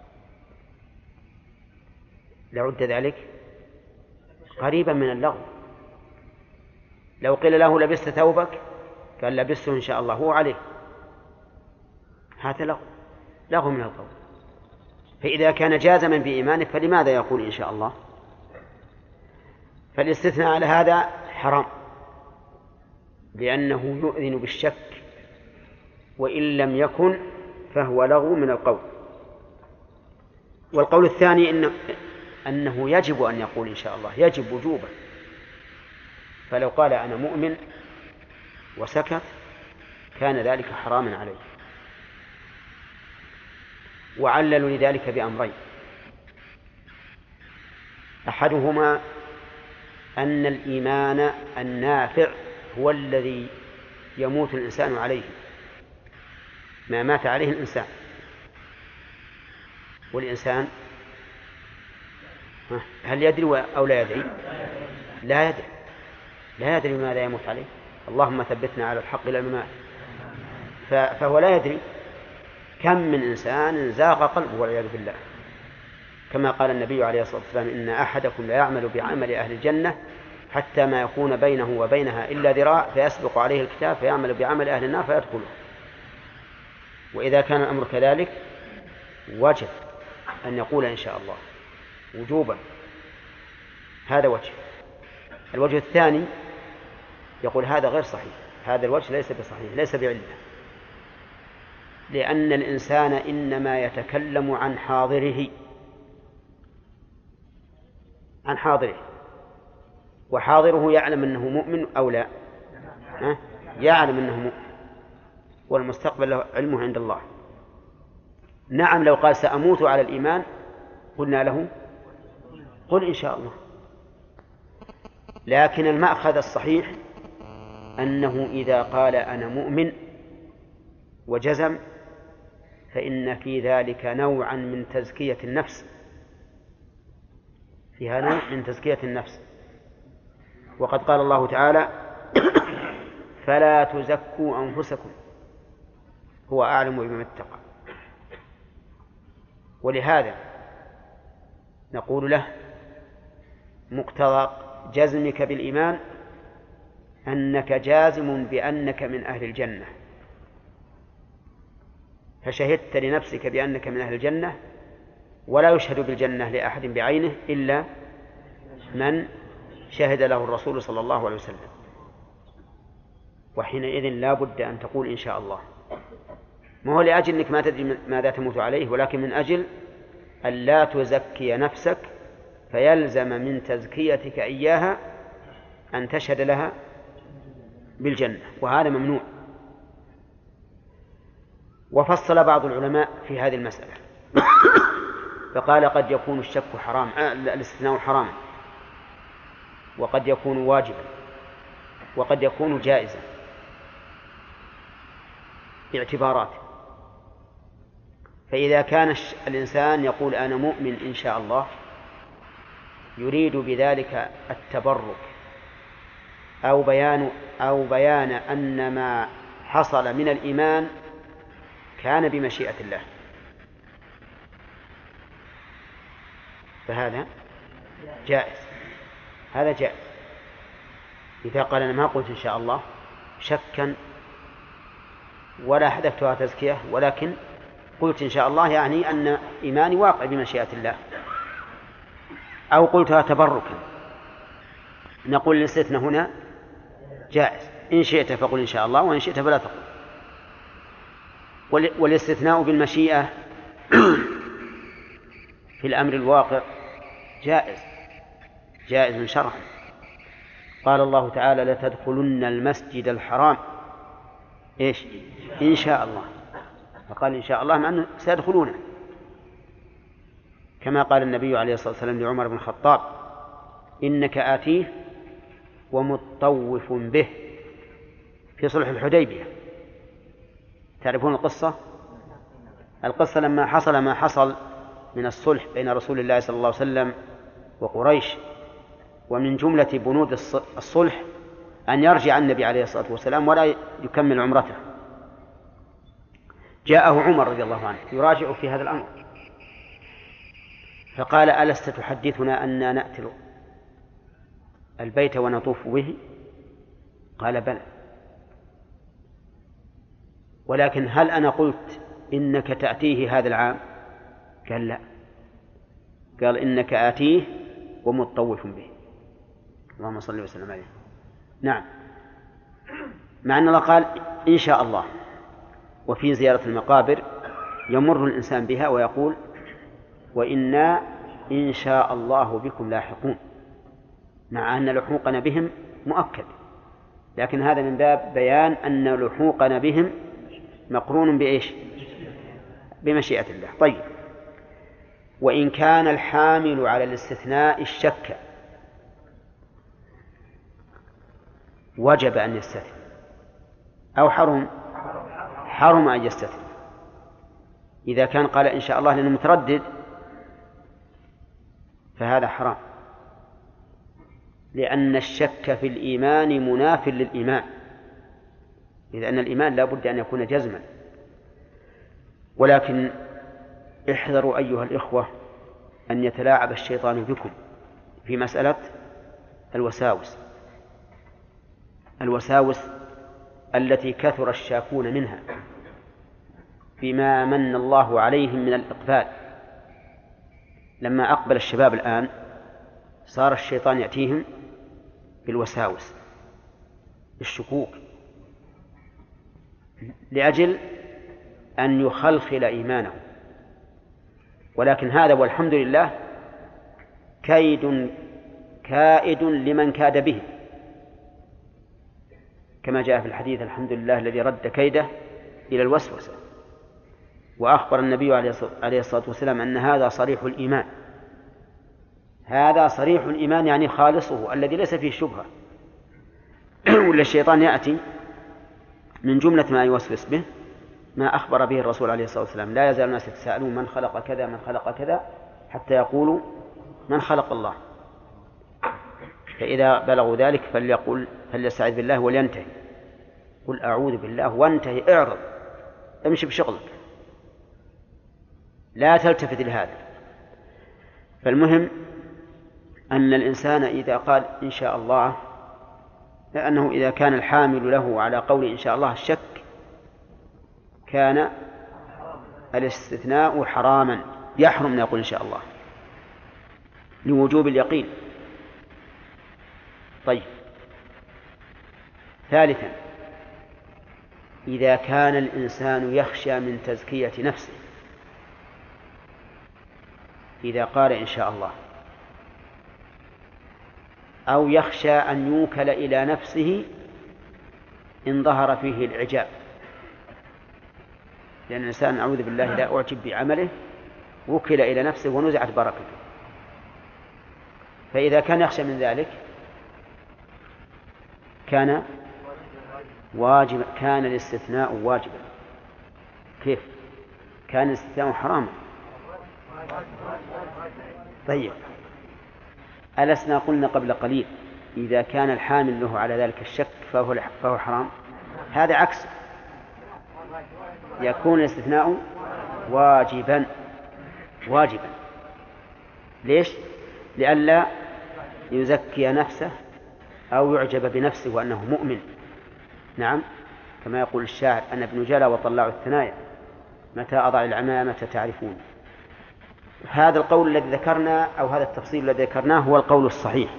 [SPEAKER 1] لعد ذلك قريبا من اللغو. لو قيل له لبست ثوبك قال لبسته إن شاء الله هو عليه، هذا لغو لغو من القول. فإذا كان جازما بإيمانه فلماذا يقول إن شاء الله؟ فالاستثناء على هذا حرام، لأنه يؤذن بالشك، وإن لم يكن فهو لغو من القول. والقول الثاني إنه, أنه يجب أن يقول إن شاء الله، يجب وجوبا. فلو قال أنا مؤمن وسكت كان ذلك حراما عليه. وعللوا لذلك بأمرين: أحدهما أن الإيمان النافع هو الذي يموت الإنسان عليه، ما مات عليه الإنسان. والإنسان هل يدري أو لا يدري؟ لا يدري، لا يدري ماذا يموت عليه. اللهم ثبتنا على الحق إلى الممات. فهو لا يدري. كم من إنسان زاغ قلبه والعياذ بالله، كما قال النبي عليه الصلاة والسلام: إن أحدكم لا يعمل بعمل أهل الجنة حتى ما يكون بينه وبينها إلا ذراع فيسبق عليه الكتاب فيعمل بعمل أهل النار فيدخله. وإذا كان الأمر كذلك وجب أن يقول إن شاء الله وجوبا. هذا وجه. الوجه الثاني يقول هذا غير صحيح، هذا الوجه ليس بصحيح، ليس بعلة، لأن الإنسان إنما يتكلم عن حاضره، عن حاضره، وحاضره يعلم أنه مؤمن أو لا؟ أه؟ يعلم أنه مؤمن، والمستقبل له علمه عند الله. نعم، لو قال سأموت على الإيمان قلنا له قل إن شاء الله. لكن المأخذ الصحيح أنه إذا قال أنا مؤمن وجزم فإن في ذلك نوعا من تزكية النفس، فيها نوع من تزكية النفس. وقد قال الله تعالى: فلا تزكوا أنفسكم هو أعلم بمن اتقى. ولهذا نقول له: مقتضى جزمك بالإيمان أنك جازم بأنك من أهل الجنة، فشهدت لنفسك بأنك من أهل الجنة، ولا يشهد بالجنة لأحد بعينه إلا من شهد له الرسول صلى الله عليه وسلم. وحينئذ لا بد أن تقول إن شاء الله، ما هو لأجل أنك ما تدري ماذا تموت عليه، ولكن من أجل أن لا تزكي نفسك، فيلزم من تزكيتك إياها أن تشهد لها بالجنة، وهذا ممنوع. وفصل بعض العلماء في هذه المسألة فقال: قد يكون الشك حرام، آه الاستثناء حراما، وقد يكون واجبا، وقد يكون جائزا، باعتبارات. فإذا كان الإنسان يقول أنا مؤمن إن شاء الله يريد بذلك التبرك أو بيان أو بيان أن ما حصل من الإيمان كان بمشيئة الله، فهذا جائز، هذا جائز. إذا قال أنا ما قلت إن شاء الله شكا ولا حدثتها تزكية، ولكن قلت إن شاء الله يعني أن إيماني واقع بمشيئة الله، أو قلتها تبركا، نقول الاستثناء هنا جائز، إن شئت فقل إن شاء الله، وإن شئت فلا تقل. والاستثناء بالمشيئة في الأمر الواقع جائز، جائز شرعا. قال الله تعالى: لتدخلن المسجد الحرام إيش إن شاء الله، فقال إن شاء الله مع أنه سيدخلونه، كما قال النبي عليه الصلاة والسلام لعمر بن الخطاب: إنك آتيه ومطوف به، في صلح الحديبية. تعرفون القصة؟ القصة لما حصل ما حصل من الصلح بين رسول الله صلى الله عليه وسلم وقريش، ومن جملة بنود الصلح أن يرجع النبي عليه الصلاة والسلام ولا يكمل عمرته. جاءه عمر رضي الله عنه يراجع في هذا الأمر، فقال: ألست تحدثنا أننا نأتي البيت ونطوف به؟ قال: بلى، ولكن هل أنا قلت إنك تأتيه هذا العام؟ قال لا، قال إنك آتيه ومطوف به. اللهم صل وسلم عليه. نعم، مع أن الله قال إن شاء الله. وفي زيارة المقابر يمر الإنسان بها ويقول وإنا إن شاء الله بكم لاحقون، مع أن لحوقنا بهم مؤكد، لكن هذا من باب بيان أن لحوقنا بهم مقرون بإيش؟ بمشيئة الله. طيب، وإن كان الحامل على الاستثناء الشك وجب أن يستثني أو حرم؟ حرم أن يستثني. إذا كان قال إن شاء الله لأنه متردد فهذا حرام، لأن الشك في الإيمان مناف للإيمان، إذ أن الإيمان لا بد أن يكون جزما. ولكن احذروا أيها الإخوة أن يتلاعب الشيطان بكم في مسألة الوساوس الوساوس التي كثر الشاكون منها بما من الله عليهم من الإقبال. لما أقبل الشباب الآن صار الشيطان يأتيهم بالوساوس بالشكوك لأجل أن يخلخل إيمانه. ولكن هذا والحمد لله كيد كائد لمن كاد به، كما جاء في الحديث الحمد لله الذي رد كيده إلى الوسوسة. وأخبر النبي عليه الصلاة والسلام أن هذا صريح الإيمان، هذا صريح الإيمان يعني خالصه الذي ليس فيه شبهة. ولا الشيطان يأتي من جملة ما يوسوس به ما أخبر به الرسول عليه الصلاة والسلام: لا يزال الناس يتساءلون من خلق كذا من خلق كذا حتى يقولوا من خلق الله. فإذا بلغوا ذلك فليقول فليستعذ بالله ولينتهي، قل أعوذ بالله وانتهي، اعرض، امشي بشغلك، لا تلتفت لهذا. فالمهم أن الإنسان إذا قال إن شاء الله، لأنه إذا كان الحامل له على قول إن شاء الله الشك كان الاستثناء حراما، يحرم أن يقول إن شاء الله لوجوب اليقين. طيب، ثالثا إذا كان الإنسان يخشى من تزكية نفسه، إذا قال إن شاء الله أو يخشى أن يوكل إلى نفسه إن ظهر فيه الإعجاب، لأن الإنسان أعوذ بالله لا أعجب بعمله وكل إلى نفسه ونزعت بركته. فإذا كان يخشى من ذلك كان واجب، كان الاستثناء واجبا. كيف؟ كان الاستثناء حراما. طيب، ألسنا قلنا قبل قليل إذا كان الحامل له على ذلك الشك فهو, فهو حرام؟ هذا عكس، يكون الاستثناء واجبا واجبا. ليش؟ لئلا يزكي نفسه أو يعجب بنفسه وأنه مؤمن. نعم، كما يقول الشاعر: أنا ابن جلا وطلع الثنايا، متى أضع العمامة تعرفون. هذا القول الذي ذكرنا أو هذا التفصيل الذي ذكرناه هو القول الصحيح.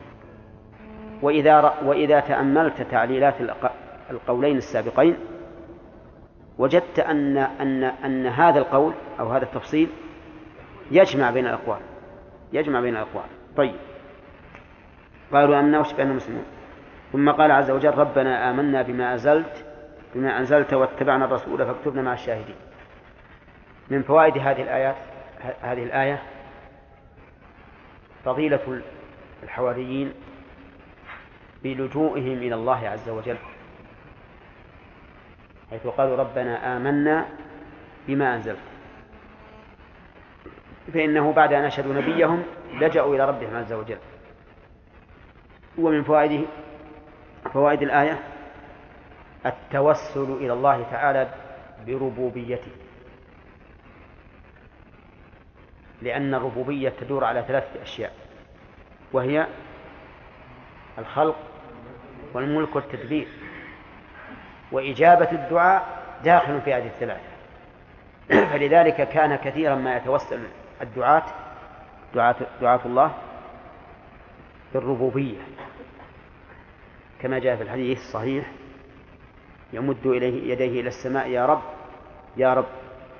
[SPEAKER 1] وإذا, وإذا تأملت تعليلات القولين السابقين وجدت أن, أن, أن هذا القول أو هذا التفصيل يجمع بين الأقوال يجمع بين الأقوال. طيب، قالوا آمنا واشفعنا مسلمون. ثم قال عز وجل: ربنا آمنا بما أنزلت بما أنزلت واتبعنا الرسول فاكتبنا مع الشاهدين. من فوائد هذه الآيات هذه الآية فضيلة الحواريين بلجوئهم إلى الله عز وجل، حيث قالوا ربنا آمنا بما أنزلت، فإنه بعد أن أشهدوا نبيهم لجأوا إلى ربهم عز وجل. ومن فوائده فوائد الآية التوسل إلى الله تعالى بربوبيته، لأن الربوبية تدور على ثلاثة أشياء، وهي الخلق والملك والتدبير، وإجابة الدعاء داخل في هذه الثلاثة. فلذلك كان كثيرا ما يتوسل الدعاة دعاة, دعاة الله بالربوبية، كما جاء في الحديث الصحيح: يمد إليه يديه إلى السماء: يا رب يا رب.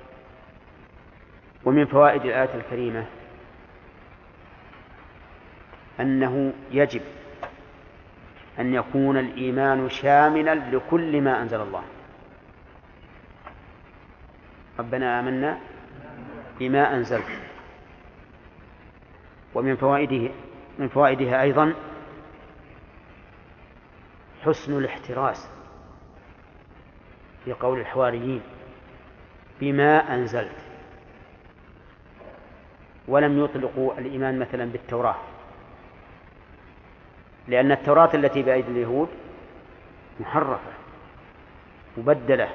[SPEAKER 1] ومن فوائد الآية الكريمة أنه يجب أن يكون الإيمان شاملا لكل ما أنزل الله. ربنا آمنا بما أنزلت. ومن فوائده من فوائدها أيضا حسن الاحتراس في قول الحواريين: بما أنزلت، ولم يطلقوا الإيمان مثلا بالتوراة، لأن التوراة التي بأيدي اليهود محرفة مبدلة،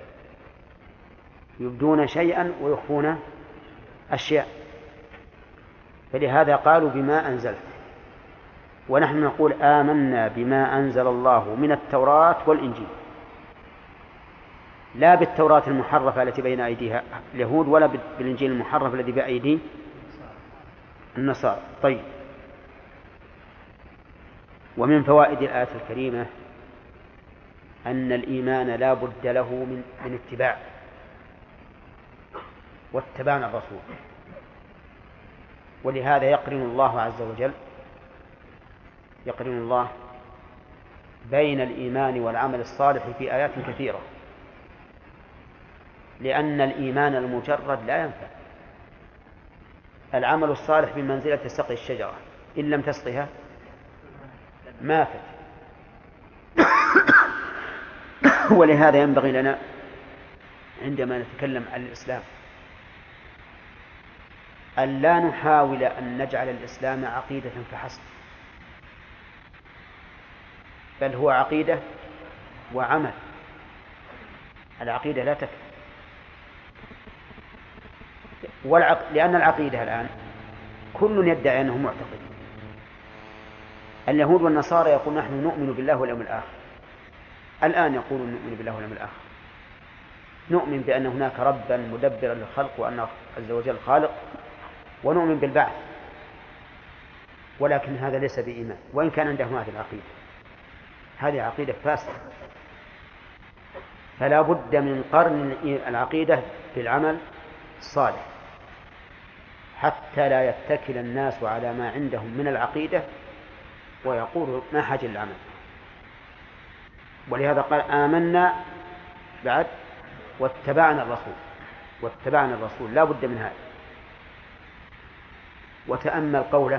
[SPEAKER 1] يبدون شيئا ويخفون أشياء، فلهذا قالوا بما أنزلت. ونحن نقول آمنا بما أنزل الله من التوراة والإنجيل، لا بالتوراة المحرفة التي بين أيديها اليهود، ولا بالإنجيل المحرف الذي بأيدي النصارى. طيب. ومن فوائد الآية الكريمة أن الإيمان لا بد له من, من اتباع، واتبعنا الرسول. ولهذا يقرن الله عز وجل يقرن الله بين الإيمان والعمل الصالح في آيات كثيرة، لأن الإيمان المجرد لا ينفع. العمل الصالح بمنزلة سقي الشجرة، إن لم تسقها ماتت. ولهذا ينبغي لنا عندما نتكلم عن الإسلام أن لا نحاول أن نجعل الإسلام عقيدة فحسب، بل هو عقيدة وعمل. العقيدة لا تكفي، والعق... لأن العقيدة الآن كل يدعي أنه معتقد. اليهود والنصارى يقول نحن نؤمن بالله واليوم الآخر، الآن يقولون نؤمن بالله واليوم الآخر، نؤمن بأن هناك ربا مدبرا للخلق وأن عز وجل خالق، ونؤمن بالبعث، ولكن هذا ليس بإيمان، وإن كان عندهم هذه العقيدة. هذه عقيدة فاسدة، فلا بد من قرن العقيدة بالعمل الصالح حتى لا يتكل الناس على ما عندهم من العقيدة ويقولوا ما حاجة للعمل. ولهذا قال آمنا بعد واتبعنا الرسول، واتبعنا الرسول لا بد من هذا. وتأمل قوله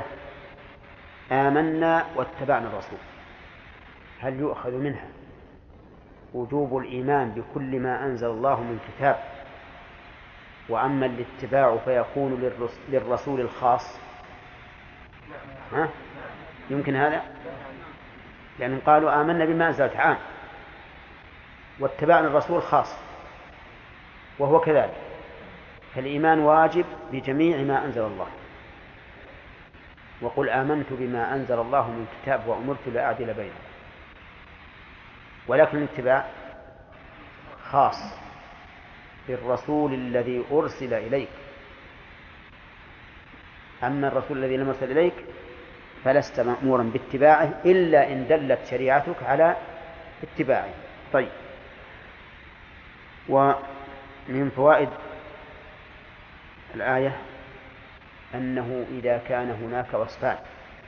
[SPEAKER 1] آمنا واتبعنا الرسول، هل يؤخذ منها وجوب الإيمان بكل ما أنزل الله من كتاب، وأما الاتباع فيكون للرسول الخاص؟ ها؟ يمكن هذا؟ لأنهم قالوا آمنا بما أنزلت عام، واتبعنا الرسول خاص، وهو كذلك. فالإيمان واجب بجميع ما أنزل الله. وقل آمنت بما أنزل الله من كتاب وأمرت لأعدل بينهم. ولكن الاتباع خاص بالرسول الذي أرسل إليك، أما الرسول الذي لم يرسل إليك فلست مأمورا باتباعه إلا إن دلت شريعتك على اتباعه. طيب. ومن فوائد الآية أنه إذا كان هناك وصفان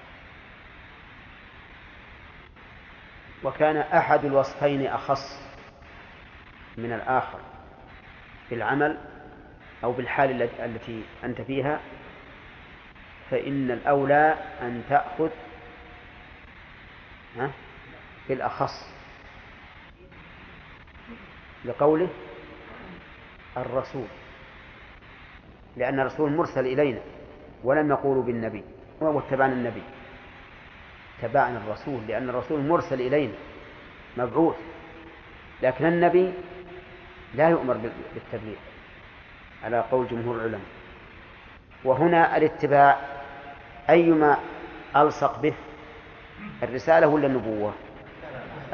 [SPEAKER 1] وكان أحد الوصفين أخص من الآخر بالعمل أو بالحال التي أنت فيها، فإن الأولى أن تأخذ بالأخص، لقوله الرسول، لأن الرسول مرسل إلينا ولم يقولوا بالنبي واتبعنا النبي، تبعنا الرسول لأن الرسول مرسل إلينا مبعوث، لكن النبي لا يؤمر بالتبليغ على قول جمهور العلماء. وهنا الاتباع أيما ألصق به، الرسالة ولا النبوة؟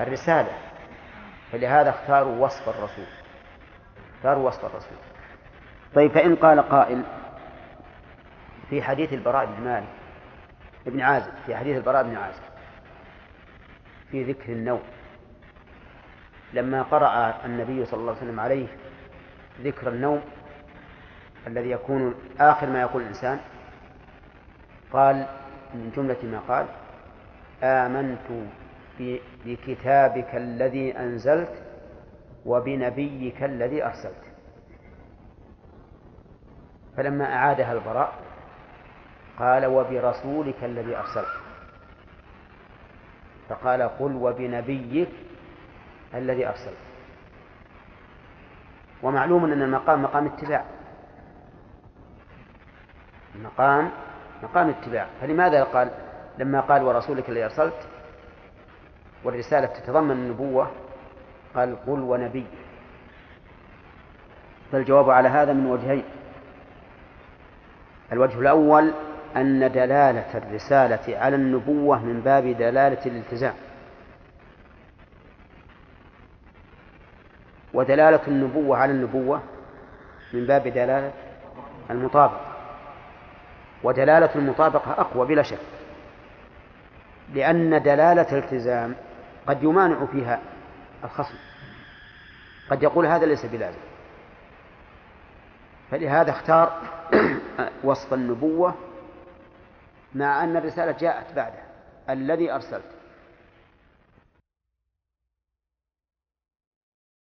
[SPEAKER 1] الرسالة، فلهذا اختاروا وصف الرسول اختاروا وصف الرسول طيب فإن قال قائل في حديث البراء بن مالك ابن عازب في حديث البراء بن عازب في ذكر النوم لما قرأ النبي صلى الله عليه وسلم عليه ذكر النوم الذي يكون آخر ما يقول الإنسان قال من جملة ما قال آمنت بكتابك الذي أنزلت وبنبيك الذي أرسلت. فلما أعادها البراء قال وبرسولك الذي أرسلت، فقال قل وبنبيك الذي أرسلت. ومعلوم أن المقام مقام اتباع، المقام مقام اتباع، فلماذا قال لما قال ورسولك الذي أرسلت والرسالة تتضمن النبوة قال قل ونبي؟ فالجواب على هذا من وجهين. الوجه الأول أن دلالة الرسالة على النبوة من باب دلالة الالتزام، ودلالة النبوة على النبوة من باب دلالة المطابقة، ودلالة المطابقة أقوى بلا شك، لأن دلالة الالتزام قد يمانع فيها الخصم، قد يقول هذا ليس بلازم، فلهذا اختار وصف النبوة مع أن الرسالة جاءت بعده الذي أرسلت.